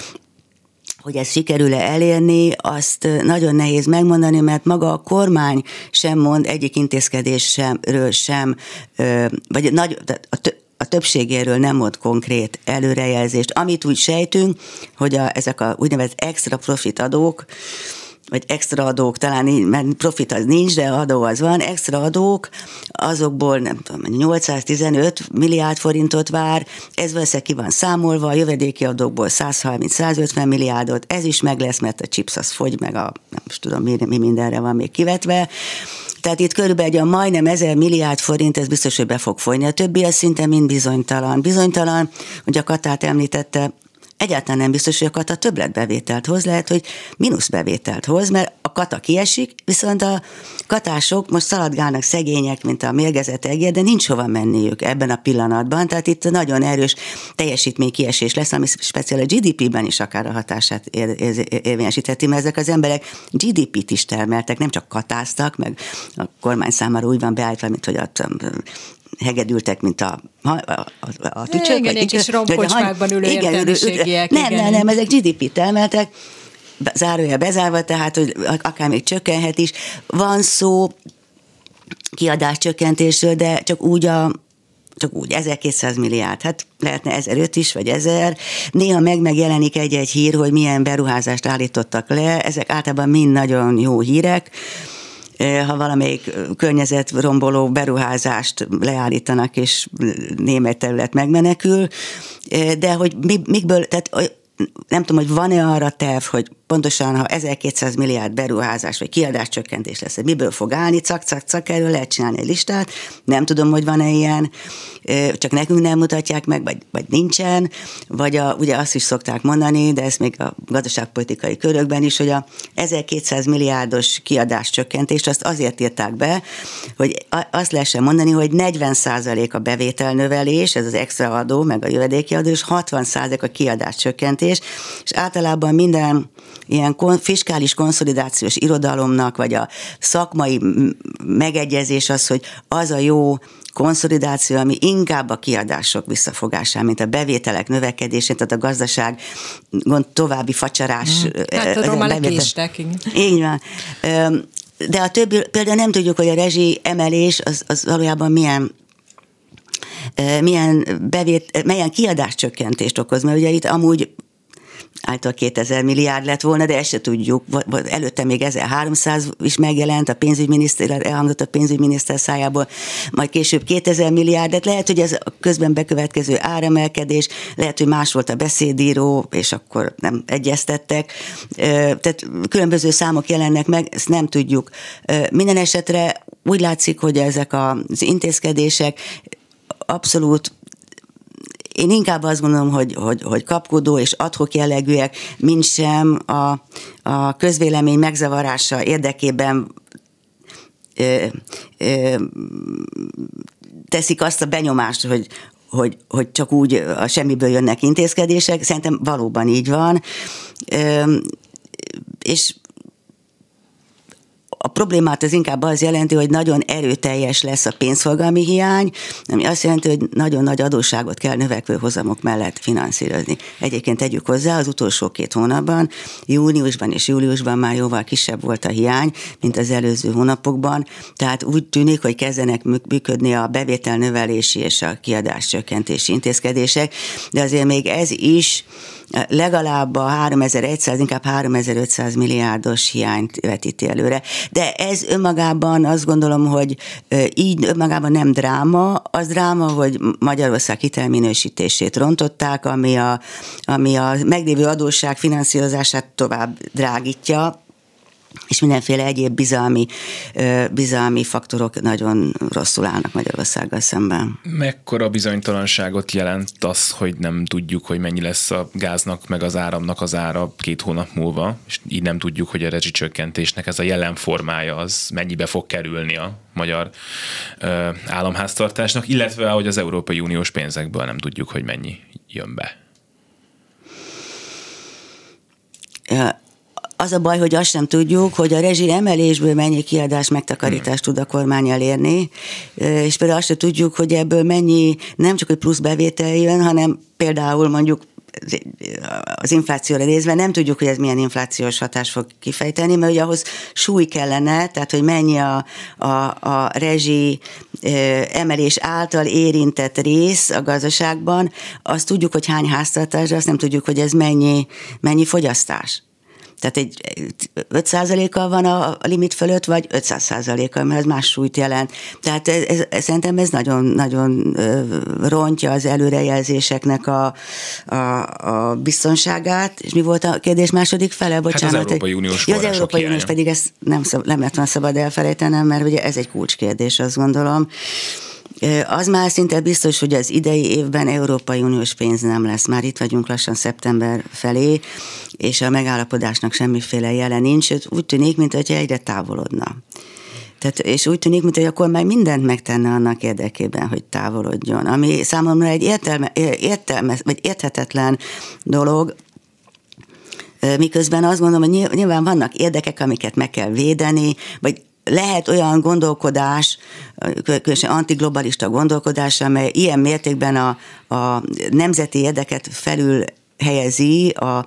Hogy ezt sikerül-e elérni, azt nagyon nehéz megmondani, mert maga a kormány sem mond egyik intézkedésről sem, vagy nagy, a többségéről nem mond konkrét előrejelzést. Amit úgy sejtünk, hogy a, ezek a úgynevezett extra profit adók, vagy extra adók, talán mert profit az nincs, de adó az van, extra adók, azokból nem tudom, nyolcszáztizenöt milliárd forintot vár, ez valószínűleg ki van számolva, a jövedéki adókból százharminc-százötven milliárdot, ez is meg lesz, mert a chips az fogy, meg a nem is tudom, mi, mi mindenre van még kivetve. Tehát itt körülbelül a majdnem ezer milliárd forint, ez biztos, hogy be fog folyni. A többi az szinte mind bizonytalan. Bizonytalan, hogy a Katát említette, egyáltalán nem biztos, hogy a kata többletbevételt hoz, lehet, hogy mínuszbevételt hoz, mert a kata kiesik, viszont a katások most szaladgálnak szegények, mint a mérgezett egér, de nincs hova menniük ebben a pillanatban, tehát itt nagyon erős teljesítménykiesés lesz, ami speciál a gé dé pében is akár a hatását ér- ér- érvényesítheti, mert ezek az emberek gé dé pét is termeltek, nem csak katáztak, meg a kormány számára úgy van beállítva, mint hogy a hegedültek, mint a, a, a, a tücsök. Igen, egy kis romkocsmákban ülő értelmiségiek. Nem, nem, nem, ezek gé dé pét termeltek, zárója bezárva, tehát hogy akár még csökkenhet is. Van szó kiadáscsökkentésről, de csak úgy a csak úgy, ezerkétszáz milliárd, hát lehetne ezeröt is, vagy ezer. Néha meg megjelenik egy-egy hír, hogy milyen beruházást állítottak le, ezek általában mind nagyon jó hírek. Ha valamelyik környezetromboló beruházást leállítanak, és némely terület megmenekül, de hogy mikből, tehát nem tudom, hogy van-e arra terv, hogy pontosan, ha ezerkétszáz milliárd beruházás vagy kiadáscsökkentés lesz, miből fog állni, cak-cak-cak, erről lehet csinálni egy listát. Nem tudom, hogy van-e ilyen, csak nekünk nem mutatják meg, vagy, vagy nincsen, vagy a, ugye azt is szokták mondani, de ezt még a gazdaságpolitikai körökben is, hogy a ezerkétszáz milliárdos kiadáscsökkentést azt azért írták be, hogy azt lehessen mondani, hogy negyven százalék a bevételnövelés, ez az extra adó, meg a jövedéki adó, és hatvan százalék a kiadáscsökkentés, és általában minden ilyen fiskális konszolidációs irodalomnak, vagy a szakmai megegyezés az, hogy az a jó konszolidáció, ami inkább a kiadások visszafogásán, mint a bevételek növekedésén, tehát a gazdaság további facsarás. Mm. Hát arról már lekéstek. Így van. De a többi, például nem tudjuk, hogy a rezsi emelés az, az valójában milyen milyen, bevét, milyen kiadáscsökkentést okoz, mert ugye itt amúgy általában kétezer milliárd lett volna, de ezt se tudjuk. Előtte még ezerháromszáz is megjelent, a pénzügyminiszter, elhangzott a pénzügyminiszter szájából, majd később kétezer milliárd, de lehet, hogy ez a közben bekövetkező áremelkedés, lehet, hogy más volt a beszédíró, és akkor nem egyeztettek. Tehát különböző számok jelennek meg, ezt nem tudjuk. Minden esetre úgy látszik, hogy ezek az intézkedések abszolút, én inkább azt gondolom, hogy, hogy, hogy kapkodó és ad-hoc jellegűek, mint sem a, a közvélemény megzavarása érdekében ö, ö, teszik azt a benyomást, hogy, hogy, hogy csak úgy a semmiből jönnek intézkedések. Szerintem valóban így van. Ö, és a problémát az inkább az jelenti, hogy nagyon erőteljes lesz a pénzforgalmi hiány, ami azt jelenti, hogy nagyon nagy adósságot kell növekvő hozamok mellett finanszírozni. Egyébként tegyük hozzá, az utolsó két hónapban, júniusban és júliusban már jóval kisebb volt a hiány, mint az előző hónapokban, tehát úgy tűnik, hogy kezdenek működni a bevételnövelési és a kiadáscsökkentési intézkedések, de azért még ez is legalább a háromezer-száz, inkább háromezer-ötszáz milliárdos hiányt vetíti előre. De ez önmagában azt gondolom, hogy így önmagában nem dráma, az dráma, hogy Magyarország hitelminősítését rontották, ami a, ami a meglévő adósság finanszírozását tovább drágítja, és mindenféle egyéb bizalmi, bizalmi faktorok nagyon rosszul állnak Magyarországgal szemben. Mekkora bizonytalanságot jelent az, hogy nem tudjuk, hogy mennyi lesz a gáznak meg az áramnak az ára két hónap múlva, és így nem tudjuk, hogy a rezsicsökkentésnek ez a jelen formája az mennyibe fog kerülni a magyar ö, államháztartásnak, illetve hogy az Európai Uniós pénzekből nem tudjuk, hogy mennyi jön be. Ja. Az a baj, hogy azt sem tudjuk, hogy a rezsi emelésből mennyi kiadás megtakarítást tud a kormány elérni, és például azt sem tudjuk, hogy ebből mennyi, nem csak hogy plusz bevétel jön, hanem például mondjuk az inflációra nézve nem tudjuk, hogy ez milyen inflációs hatást fog kifejteni, mert ugye ahhoz súly kellene, tehát hogy mennyi a, a, a rezsi emelés által érintett rész a gazdaságban, azt tudjuk, hogy hány háztartás, de azt nem tudjuk, hogy ez mennyi, mennyi fogyasztás. Tehát egy öt százalékkal van a limit fölött, vagy ötszáz százalékkal, mert ez más súlyt jelent. Tehát ez, ez, szerintem ez nagyon, nagyon rontja az előrejelzéseknek a, a, a biztonságát. És mi volt a kérdés második fele? Bocsánat. Hát az Európai Uniós ja, az Európai Uniós pedig ezt nem, szab, nem lett volna szabad elfelejtenem, mert ugye ez egy kulcskérdés, azt gondolom. Az már szinte biztos, hogy az idei évben Európai Uniós pénz nem lesz. Már itt vagyunk lassan szeptember felé, és a megállapodásnak semmiféle jele nincs. Úgy tűnik, mintha egyre távolodna. Tehát, és úgy tűnik, mintha a kormány mindent megtenne annak érdekében, hogy távolodjon. Ami számomra egy értelme, értelme, vagy érthetetlen dolog, miközben azt gondolom, hogy nyilván vannak érdekek, amiket meg kell védeni, vagy lehet olyan gondolkodás, különösen antiglobalista gondolkodás, amely ilyen mértékben a, a nemzeti érdeket felül helyezi a,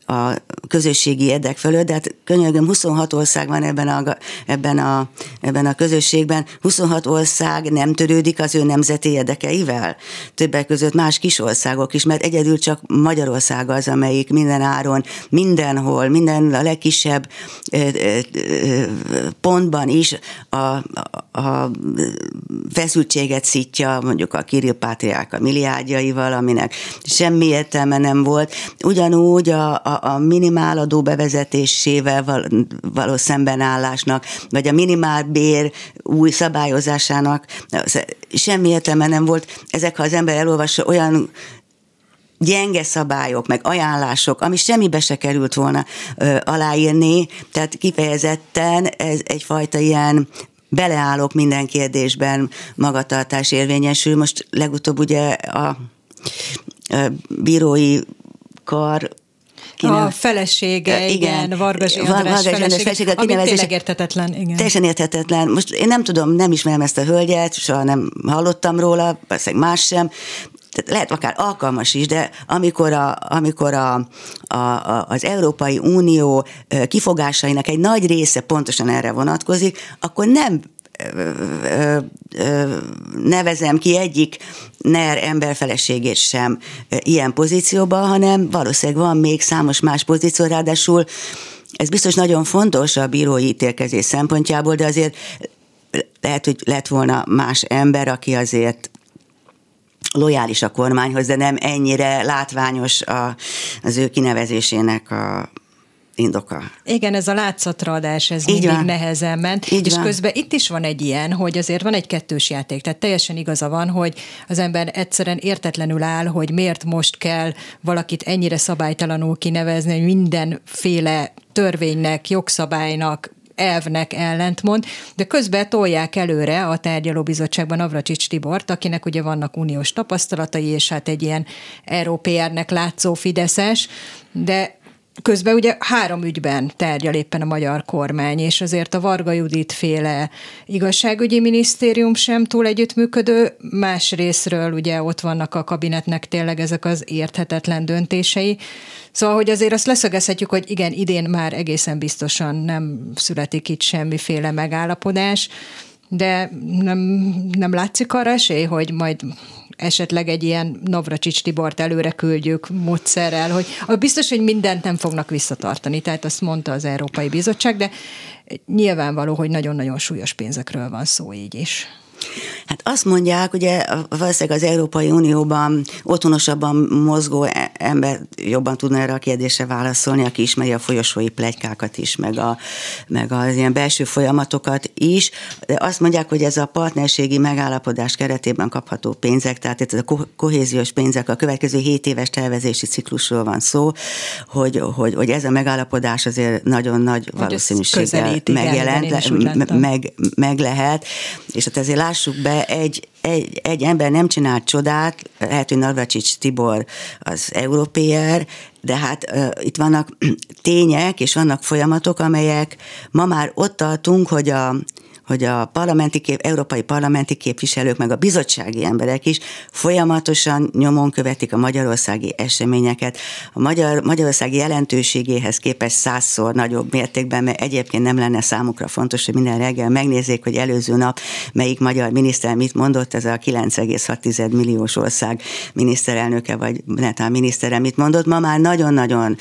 a közösségi érdek fölött, de hát könyörgöm, huszonhat ország van ebben a, ebben, a, ebben a közösségben, huszonhat ország nem törődik az ő nemzeti érdekeivel. Többek között más kis országok is, mert egyedül csak Magyarország az, amelyik minden áron, mindenhol, minden a legkisebb ö, ö, ö, pontban is a, a, a feszültséget szítja, mondjuk a Kirill pátriárka milliárdjaival, aminek semmi értelme nem volt. Ugyanúgy a, a, a minimáladó bevezetésével val, való szembenállásnak, vagy a minimálbér új szabályozásának semmi értelme nem volt. Ezek, ha az ember elolvassa, olyan gyenge szabályok, meg ajánlások, ami semmibe se került volna ö, aláírni, tehát kifejezetten ez egyfajta ilyen beleállok minden kérdésben magatartás érvényesül. Most legutóbb ugye a, a bírói kar Kine... A felesége, igen, igen Vargas András felesége, felesége ami tényleg érthetetlen. Igen. Teljesen érthetetlen. Most én nem tudom, nem ismerem ezt a hölgyet, soha nem hallottam róla, valószínűleg más sem. Tehát lehet akár alkalmas is, de amikor, a, amikor a, a, a, az Európai Unió kifogásainak egy nagy része pontosan erre vonatkozik, akkor nem nevezem ki egyik NER emberfeleségét sem ilyen pozícióban, hanem valószínűleg van még számos más pozíció, ráadásul ez biztos nagyon fontos a bírói ítélkezés szempontjából, de azért lehet, hogy lett volna más ember, aki azért lojális a kormányhoz, de nem ennyire látványos a, az ő kinevezésének a indoka. Igen, ez a látszatra adás, ez Így mindig van. nehezen ment, Így és van. közben itt is van egy ilyen, hogy azért van egy kettős játék, tehát teljesen igaza van, hogy az ember egyszerűen értetlenül áll, hogy miért most kell valakit ennyire szabálytalanul kinevezni, hogy mindenféle törvénynek, jogszabálynak, elvnek ellentmond, de közben tolják előre a tárgyalóbizottságban Navracsics Tibort, akinek ugye vannak uniós tapasztalatai, és hát egy ilyen európérnek látszó fideszes, de közben ugye három ügyben tárgyal éppen a magyar kormány, és azért a Varga Judit féle igazságügyi minisztérium sem túl együttműködő, más részről ugye ott vannak a kabinetnek tényleg ezek az érthetetlen döntései. Szóval, hogy azért azt leszögezhetjük, hogy igen, idén már egészen biztosan nem születik itt semmiféle megállapodás, de nem, nem látszik arra esély, hogy majd esetleg egy ilyen Navracsics Tibort előre küldjük módszerrel, hogy biztos, hogy mindent nem fognak visszatartani, tehát azt mondta az Európai Bizottság, de nyilvánvaló, hogy nagyon-nagyon súlyos pénzekről van szó így is. Hát azt mondják, ugye valószínűleg az Európai Unióban otthonosabban mozgó ember jobban tudna erre a kérdésre válaszolni, aki ismeri a folyosói pletykákat is, meg, a, meg az ilyen belső folyamatokat is, de azt mondják, hogy ez a partnerségi megállapodás keretében kapható pénzek, tehát itt a kohéziós pénzek, a következő hét éves tervezési ciklusról van szó, hogy, hogy, hogy ez a megállapodás azért nagyon nagy valószínűséggel megjelent, le, meg, meg lehet, és hát ezért lássuk be, egy, egy, egy ember nem csinált csodát, lehet, hogy Navracsics Tibor az európér, de hát uh, itt vannak tények, és vannak folyamatok, amelyek ma már ott tartunk, hogy a hogy a parlamenti kép, európai parlamenti képviselők, meg a bizottsági emberek is folyamatosan nyomon követik a magyarországi eseményeket. A Magyar, Magyarországi jelentőségéhez képest százszor nagyobb mértékben, mert egyébként nem lenne számukra fontos, hogy minden reggel megnézzék, hogy előző nap melyik magyar miniszter mit mondott, ez a kilenc egész hat milliós ország miniszterelnöke, vagy netán minisztere mit mondott. Ma már nagyon-nagyon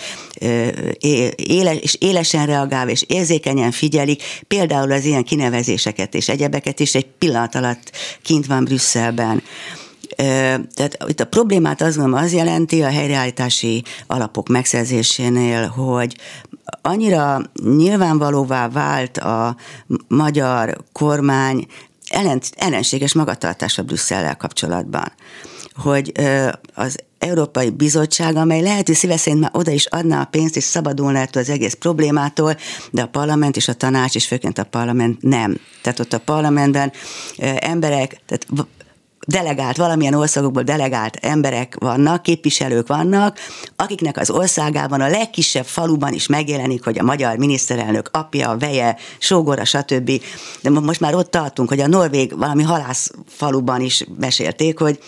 éles, és élesen reagál, és érzékenyen figyelik, például az ilyen kinevezés és egyebeket is egy pillanat alatt kint van Brüsszelben. Tehát itt a problémát azt gondolom az jelenti a helyreállítási alapok megszerzésénél, hogy annyira nyilvánvalóvá vált a magyar kormány ellen, ellenséges magatartása Brüsszellel kapcsolatban, hogy az Európai Bizottság, amely lehet, hogy szíve szerint már oda is adná a pénzt, és szabadulna ettől az egész problémától, de a parlament és a tanács, és főként a parlament nem. Tehát ott a parlamentben emberek, tehát delegált, valamilyen országokból delegált emberek vannak, képviselők vannak, akiknek az országában a legkisebb faluban is megjelenik, hogy a magyar miniszterelnök apja, veje, sógora, stb. De most már ott tartunk, hogy a norvég valami halászfaluban is mesélték, hogy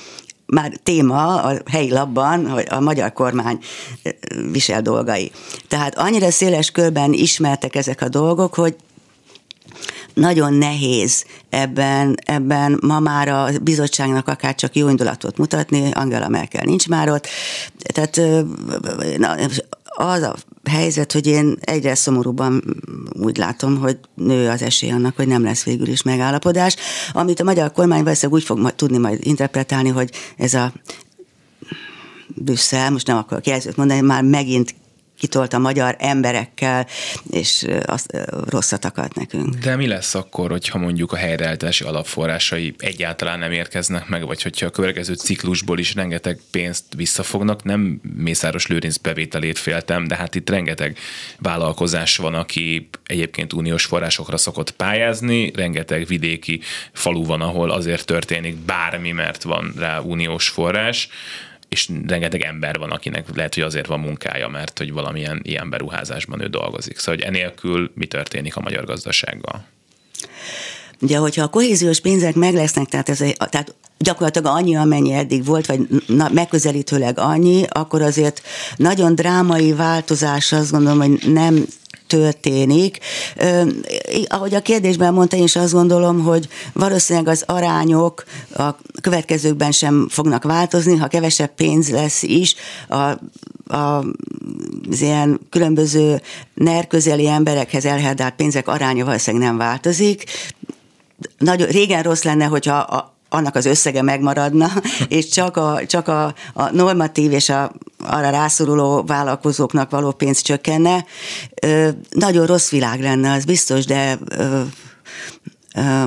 már téma a helyi labban, hogy a magyar kormány visel dolgai. Tehát annyira széles körben ismertek ezek a dolgok, hogy nagyon nehéz ebben, ebben ma már a bizottságnak akár csak jó indulatot mutatni, Angela Merkel nincs már ott. Tehát na, az a helyzet, hogy én egyre szomorúban úgy látom, hogy nő az esély annak, hogy nem lesz végül is megállapodás, amit a magyar kormány valószínűleg úgy fog majd, tudni majd interpretálni, hogy ez a Brüsszel, most nem akarok jelzőt mondani, már megint kitolt a magyar emberekkel, és azt rosszat akart nekünk. De mi lesz akkor, hogyha mondjuk a helyreállítási alapforrásai egyáltalán nem érkeznek meg, vagy hogyha a következő ciklusból is rengeteg pénzt visszafognak? Nem Mészáros Lőrinc bevételét féltem, de hát itt rengeteg vállalkozás van, aki egyébként uniós forrásokra szokott pályázni, rengeteg vidéki falu van, ahol azért történik bármi, mert van rá uniós forrás, és rengeteg ember van, akinek lehet, hogy azért van munkája, mert hogy valamilyen ilyen beruházásban ő dolgozik. Szóval, hogy enélkül mi történik a magyar gazdasággal? Ugye, hogyha a kohéziós pénzek meg lesznek, tehát, ez, tehát gyakorlatilag annyi, amennyi eddig volt, vagy na, megközelítőleg annyi, akkor azért nagyon drámai változás, azt gondolom, hogy nem történik. Eh, ahogy a kérdésben mondta, én is azt gondolom, hogy valószínűleg az arányok a következőkben sem fognak változni, ha kevesebb pénz lesz is, a, a, az ilyen különböző NER közeli emberekhez elherdált pénzek aránya valószínűleg nem változik. Nagyon, régen rossz lenne, hogyha a annak az összege megmaradna, és csak a, csak a, a normatív és a, arra rászoruló vállalkozóknak való pénz csökkenne. Ö, nagyon rossz világ lenne, az biztos, de ö, ö,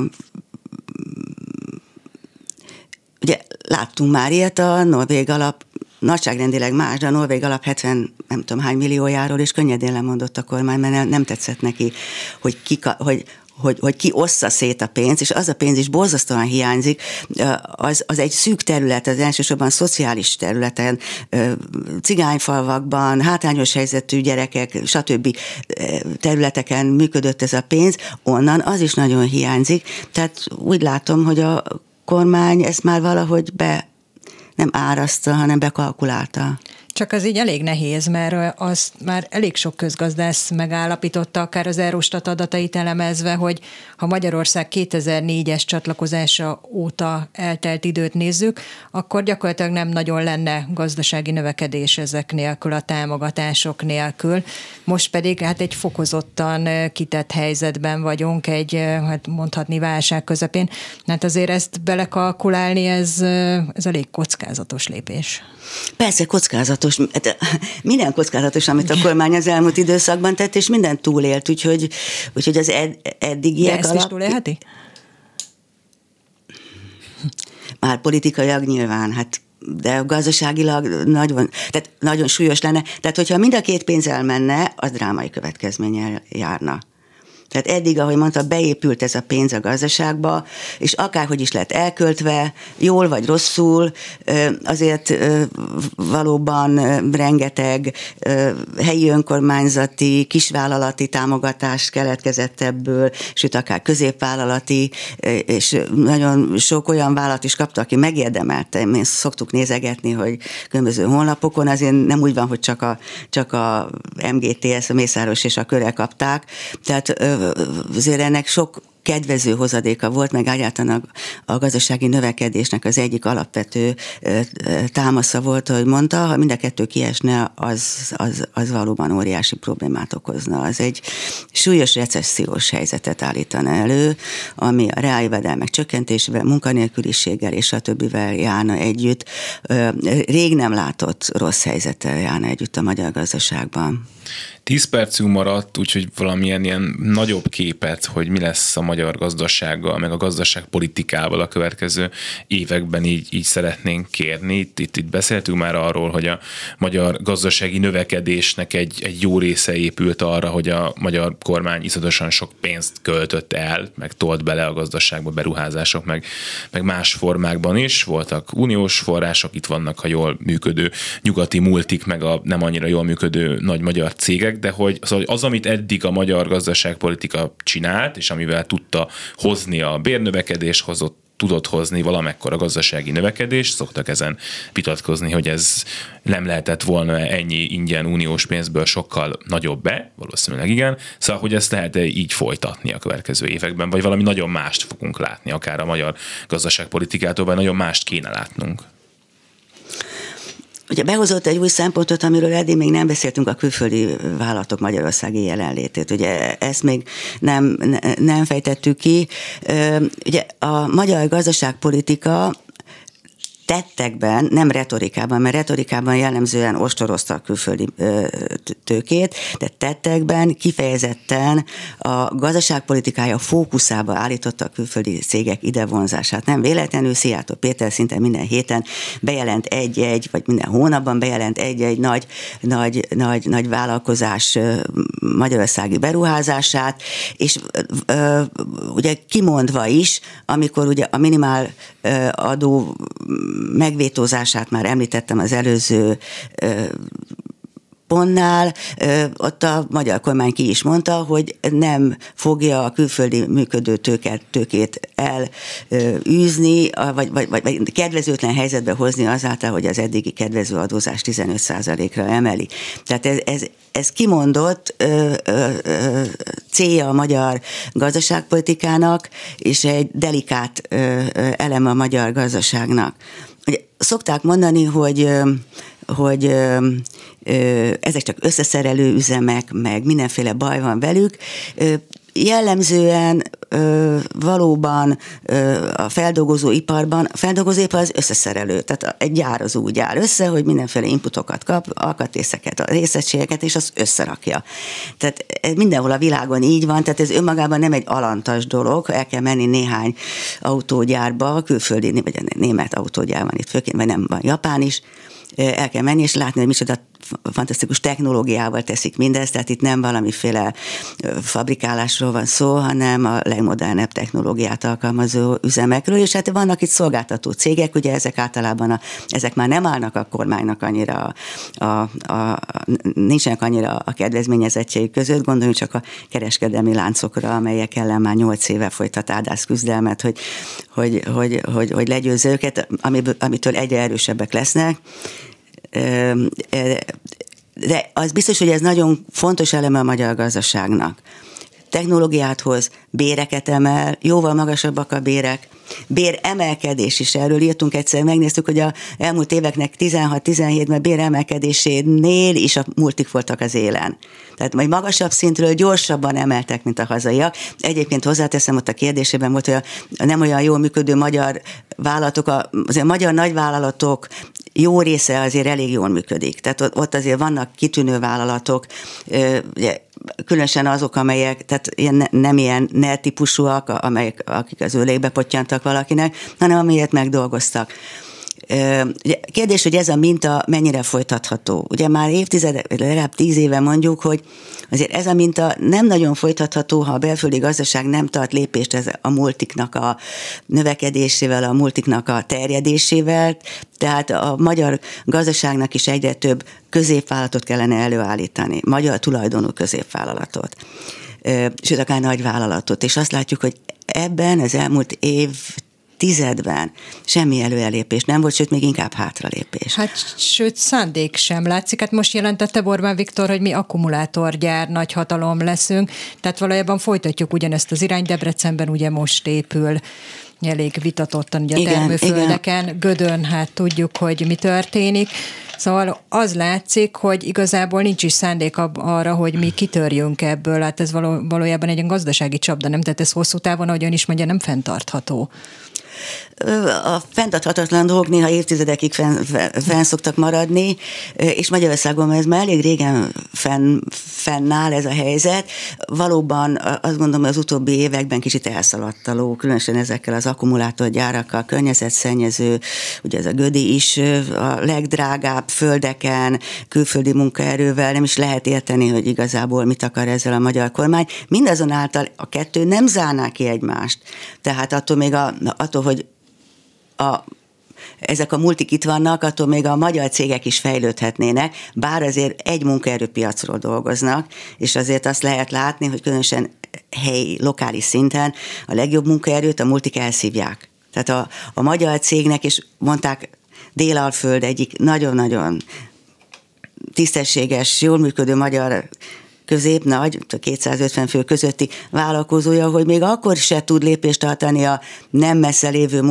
ugye láttunk már ilyet a norvég alap, nagyságrendileg más, de a norvég alap hetven nem tudom hány milliójáról, és könnyedén lemondott a kormány, mert nem tetszett neki, hogy ki, hogy Hogy, hogy ki ossza szét a pénzt, és az a pénz is borzasztóan hiányzik, az, az egy szűk terület, az elsősorban szociális területen, cigányfalvakban, hátrányos helyzetű gyerekek, stb. Területeken működött ez a pénz, onnan az is nagyon hiányzik. Tehát úgy látom, hogy a kormány ezt már valahogy be nem áraszta, hanem bekalkulálta. Csak az így elég nehéz, mert az már elég sok közgazdász megállapította, akár az Eurostat adatait elemezve, hogy ha Magyarország kétezer-négyes csatlakozása óta eltelt időt nézzük, akkor gyakorlatilag nem nagyon lenne gazdasági növekedés ezek nélkül, a támogatások nélkül. Most pedig hát egy fokozottan kitett helyzetben vagyunk, egy, hát mondhatni válság közepén. Hát azért ezt belekalkulálni, ez, ez elég kockázatos lépés. Persze kockázatos. Minden kockázatos, amit a kormány az elmúlt időszakban tett, és minden túlélt, úgyhogy, úgyhogy az ed, eddigiek alap... De ezt alap... is túlélheti? Már politikailag nyilván, hát de gazdaságilag nagyon, tehát nagyon súlyos lenne. Tehát, hogyha mind a két pénz elmenne, az drámai következménnyel járna. Tehát eddig, ahogy mondta, beépült ez a pénz a gazdaságba, és akárhogy is lett elköltve, jól vagy rosszul, azért valóban rengeteg helyi önkormányzati, kisvállalati támogatás keletkezett ebből, sőt akár középvállalati, és nagyon sok olyan vállalat is kapta, aki megérdemelte. Mi szoktuk nézegetni, hogy különböző honlapokon, azért nem úgy van, hogy csak a, csak a em gé té es, a Mészáros és a Köre kapták, tehát azért ennek sok kedvező hozadéka volt, meg egyáltalán a, a gazdasági növekedésnek az egyik alapvető támasza volt, hogy mondta, ha mind a kettő kiesne, az, az, az valóban óriási problémát okozna. Az egy súlyos recessziós helyzetet állítana elő, ami a reáljövedelmek csökkentésével, munkanélküliséggel és a többivel járna együtt. Rég nem látott rossz helyzettel járna együtt a magyar gazdaságban. Tíz percünk maradt, úgyhogy valamilyen ilyen nagyobb képet, hogy mi lesz a magyar gazdasággal, meg a gazdaságpolitikával a következő években így, így szeretnénk kérni. Itt, itt, itt beszéltünk már arról, hogy a magyar gazdasági növekedésnek egy, egy jó része épült arra, hogy a magyar kormány iszonyatosan sok pénzt költött el, meg tolt bele a gazdaságba beruházások, meg, meg más formákban is. Voltak uniós források, itt vannak a jól működő nyugati multik, meg a nem annyira jól működő nagy magyar cégek, de hogy az, az, amit eddig a magyar gazdaságpolitika csinált, és amivel tudta hozni a bérnövekedés, hozott tudott hozni valamekkora gazdasági növekedést, szoktak ezen vitatkozni, hogy ez nem lehetett volna ennyi ingyen uniós pénzből sokkal nagyobb be, valószínűleg igen, szóval, hogy ezt lehet így folytatni a következő években, vagy valami nagyon mást fogunk látni, akár a magyar gazdaságpolitikától, vagy nagyon mást kéne látnunk. Ugye behozott egy új szempontot, amiről eddig még nem beszéltünk, a külföldi vállalatok magyarországi jelenlétét. Ugye ezt még nem, nem fejtettük ki. Ugye a magyar gazdaságpolitika tettekben, nem retorikában, mert retorikában jellemzően ostorozta a külföldi tőkét, de tettekben kifejezetten a gazdaságpolitikája fókuszába állította a külföldi cégek idevonzását. Nem véletlenül Szijjártó Péter szinte minden héten bejelent egy-egy, vagy minden hónapban bejelent egy-egy nagy, nagy, nagy, nagy vállalkozás magyarországi beruházását, és ugye kimondva is, amikor ugye a minimál adó megvétózását már említettem az előző pontnál, ott a magyar kormány ki is mondta, hogy nem fogja a külföldi működő tőket, tőkét elűzni, vagy, vagy, vagy kedvezőtlen helyzetbe hozni azáltal, hogy az eddigi kedvező adózás tizenöt százalékra emeli. Tehát ez, ez, ez kimondott ö, ö, ö, célja a magyar gazdaságpolitikának, és egy delikát ö, ö, eleme a magyar gazdaságnak. Ugye, szokták mondani, hogy hogy ö, ö, ezek csak összeszerelő üzemek, meg mindenféle baj van velük. Ö, jellemzően ö, valóban ö, a feldolgozóiparban, a feldolgozóipar az összeszerelő, tehát egy gyár az úgy áll össze, hogy mindenféle inputokat kap, alkatrészeket, a részegységeket, és azt összerakja. Tehát mindenhol a világon így van, tehát ez önmagában nem egy alantas dolog, el kell menni néhány autógyárba, külföldi, vagy a német autógyár van itt főként, vagy nem, van japán is, el kell menni, és látni, hogy micsoda fantasztikus technológiával teszik mindezt, tehát itt nem valamiféle fabrikálásról van szó, hanem a legmodernebb technológiát alkalmazó üzemekről, és hát vannak itt szolgáltató cégek, ugye ezek általában, a, ezek már nem állnak a kormánynak annyira, a, a, a, nincsenek annyira a kedvezményezettségük között, gondoljunk csak a kereskedelmi láncokra, amelyek ellen már nyolc éve folytat áldász küzdelmet, hogy, hogy, hogy, hogy, hogy legyőzze őket, amiből, amitől egyre erősebbek lesznek. De az biztos, hogy ez nagyon fontos eleme a magyar gazdaságnak. Technológiát hoz, béreket emel, jóval magasabbak a bérek, bér emelkedés is, erről írtunk egyszer, megnéztük, hogy a elmúlt éveknek tizenhat-tizenhétben bér emelkedésénél is a multik voltak az élen. Tehát majd magasabb szintről gyorsabban emeltek, mint a hazaiak. Egyébként hozzáteszem, ott a kérdésében volt, hogy a nem olyan jól működő magyar vállalatok, a, azért a magyar nagyvállalatok jó része azért elég jól működik. Tehát ott azért vannak kitűnő vállalatok, ugye, különösen azok, amelyek, tehát ilyen, nem ilyen NER típusúak, amelyek, akik az ölékbe pottyantak valakinek, hanem amelyet megdolgoztak. Kérdés, hogy ez a minta mennyire folytatható. Ugye már évtizedek, legalább tíz éve mondjuk, hogy azért ez a minta nem nagyon folytatható, ha a belföldi gazdaság nem tart lépést ez a multiknak a növekedésével, a multiknak a terjedésével, tehát a magyar gazdaságnak is egyre több középvállalatot kellene előállítani, magyar tulajdonú középvállalatot, sőt akár nagy vállalatot, és azt látjuk, hogy ebben az elmúlt év tizedben semmi előrelépés nem volt, sőt, még inkább hátralépés. Hát, sőt, szándék sem látszik. Hát most jelentette Orbán Viktor, hogy mi akkumulátorgyár nagy hatalom leszünk, tehát valójában folytatjuk ugyanezt az irányt, Debrecenben ugye most épül elég vitatottan ugye a igen, termőföldeken, igen. Gödön, hát tudjuk, hogy mi történik. Szóval az látszik, hogy igazából nincs is szándék arra, hogy mi kitörjünk ebből, hát ez való, valójában egy gazdasági csapda, nem? Tehát ez hosszú távon, ahogyan is mondja, nem fenntartható. A fenntarthatatlan dolgok néha évtizedekig fenn, fenn szoktak maradni, és Magyarországon ez már elég régen fenn, fennáll ez a helyzet. Valóban azt gondolom, hogy az utóbbi években kicsit elszaladt a ló, különösen ezekkel az akkumulátorgyárakkal, környezetszennyező, ugye ez a Gödi is a legdrágább földeken, külföldi munkaerővel, nem is lehet érteni, hogy igazából mit akar ezzel a magyar kormány. Mindazonáltal a kettő nem zárná ki egymást. Tehát attól még a, attól, hogy a, ezek a multik itt vannak, attól még a magyar cégek is fejlődhetnének, bár azért egy munkaerőpiacról dolgoznak, és azért azt lehet látni, hogy különösen helyi, lokális szinten a legjobb munkaerőt a multik elszívják. Tehát a, a magyar cégnek, és mondták, Délalföld egyik nagyon-nagyon tisztességes, jól működő magyar középnagy, kétszázötven fő közötti vállalkozója, hogy még akkor se tud lépést tartani a nem messze lévő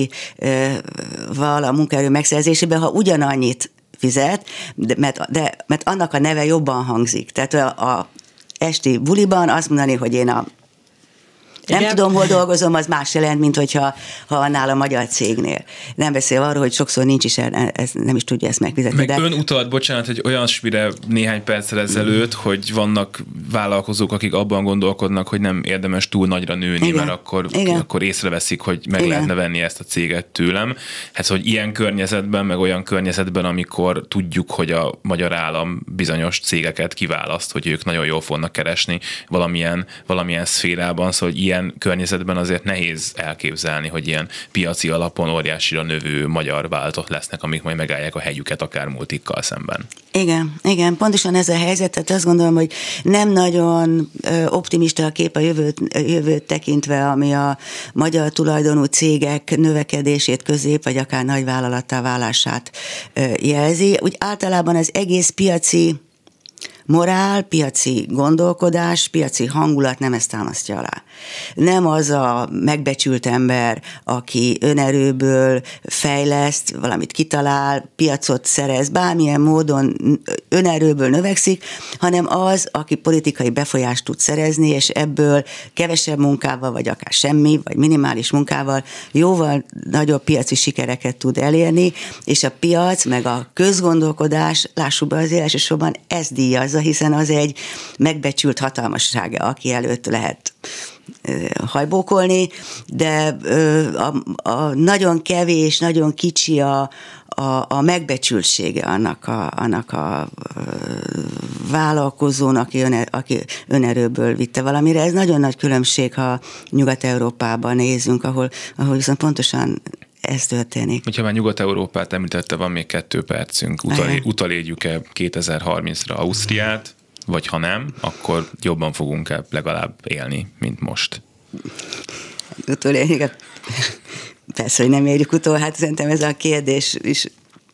multival a munkaerő megszerzésében, ha ugyanannyit fizet, de, mert, de, mert annak a neve jobban hangzik. Tehát a, a esti buliban azt mondani, hogy én a nem Igen. tudom, hol dolgozom, az más jelent, mint hogyha ha annál a magyar cégnél. Nem beszél arról, hogy sokszor nincs is, ez, nem is tudja ezt megfizetni. Meg de... ön utalt, bocsánat, hogy olyasmire néhány perccel ezelőtt, hogy vannak vállalkozók, akik abban gondolkodnak, hogy nem érdemes túl nagyra nőni, Igen. mert akkor, akkor észreveszik, hogy meg Igen. lehetne venni ezt a céget tőlem. Hát, hogy ilyen környezetben, meg olyan környezetben, amikor tudjuk, hogy a magyar állam bizonyos cégeket kiválaszt, hogy ők nagyon jól fognak keresni valamilyen, valamilyen szférában, szóval hogy ilyen ilyen környezetben azért nehéz elképzelni, hogy ilyen piaci alapon óriásira növő magyar vállalatok lesznek, amik majd megállják a helyüket akár multikkal szemben. Igen, igen, pontosan ez a helyzet, tehát azt gondolom, hogy nem nagyon optimista a kép a jövőt, jövőt tekintve, ami a magyar tulajdonú cégek növekedését, közép vagy akár nagyvállalattá válását jelzi. Úgy általában az egész piaci morál, piaci gondolkodás, piaci hangulat nem ezt támasztja alá. Nem az a megbecsült ember, aki önerőből fejleszt, valamit kitalál, piacot szerez, bármilyen módon önerőből növekszik, hanem az, aki politikai befolyást tud szerezni, és ebből kevesebb munkával, vagy akár semmi, vagy minimális munkával jóval nagyobb piaci sikereket tud elérni, és a piac, meg a közgondolkodás, lássuk be, azért elsősorban ezt díjazza, hiszen az egy megbecsült hatalmassága, aki előtt lehet hajbókolni, de a, a nagyon kevés, nagyon kicsi a, a, a megbecsültsége annak a, annak a vállalkozónak, aki, öner, aki önerőből vitte valamire. Ez nagyon nagy különbség, ha Nyugat-Európában nézünk, ahol, ahol viszont pontosan ez történik. Hogyha már Nyugat-Európát említette, van még kettő percünk. Utalé, utalérjük-e kétezer-harmincra Ausztriát, vagy ha nem, akkor jobban fogunk-e legalább élni, mint most? Utolérjük. Persze, hogy nem érjük utol, hát szerintem ez a kérdés is,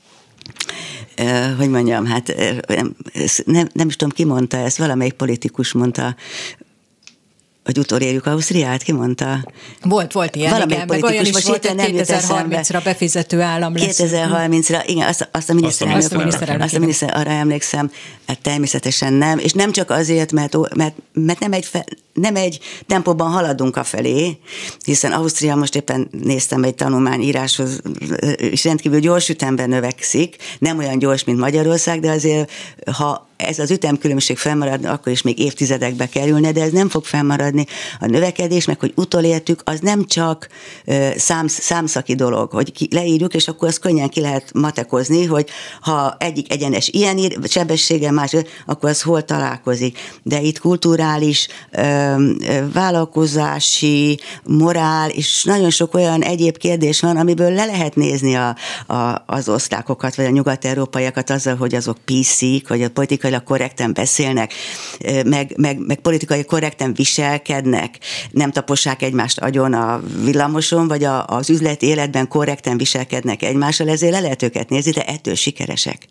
hogy mondjam, hát nem, nem is tudom, ki mondta ezt, valamelyik politikus mondta, hogy utolérjük Ausztriát, ki mondta? Volt, volt ilyen, valamelyik igen, meg olyan is volt, hogy kétezer-harmincra befizető állam lesz. kétezer-harmincra, igen, azt, azt a miniszterelnök, azt a miniszterelnök, azt a miniszter, arra emlékszem, hát természetesen nem, és nem csak azért, mert, mert, mert nem, egy fe, nem egy tempóban haladunk afelé, hiszen Ausztria, most éppen néztem egy tanulmányíráshoz, és rendkívül gyors ütemben növekszik, nem olyan gyors, mint Magyarország, de azért, ha ez az ütemkülönbség fennmaradna, akkor is még évtizedekbe kerülne, de ez nem fog fennmaradni. A növekedés, meg hogy utolértük, az nem csak szám, számszaki dolog, hogy ki, leírjuk, és akkor azt könnyen ki lehet matekozni, hogy ha egyik egyenes ilyen ír, sebességgel, más, akkor az hol találkozik. De itt kulturális, vállalkozási, morál, és nagyon sok olyan egyéb kérdés van, amiből le lehet nézni a, a, az osztrákokat, vagy a nyugat-európaiakat azzal, hogy azok pé cé-k, vagy a politikai korrekten beszélnek, meg, meg, meg politikai korrekten viselkednek, nem tapossák egymást agyon a villamoson, vagy a, az üzleti életben korrekten viselkednek egymással, ezért le lehet őket nézni, de ettől sikeresek.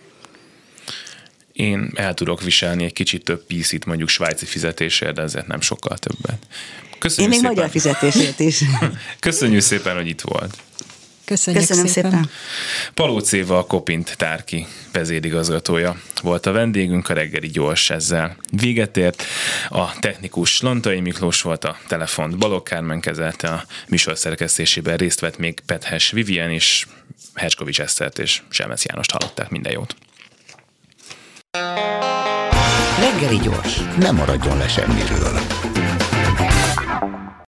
Én el tudok viselni egy kicsit több pé cé-t mondjuk svájci fizetésért, de ezért nem sokkal többet. Köszönjük Én még szépen. magyar fizetésért is. Köszönjük szépen, hogy itt volt. Köszönjük Köszönöm szépen. szépen. Palóc Éva, a Kopint Tárki vezérigazgatója volt a vendégünk, a reggeli gyors ezzel véget ért. A technikus Lantai Miklós volt, a telefont Balogh Kármen kezelte, a műsor szerkesztésében részt vett még Pethes Vivien is, Hercskovics Esztert és Selmec Jánost hallották. Minden jót! Reggeli gyors, nem maradjon le semmiről.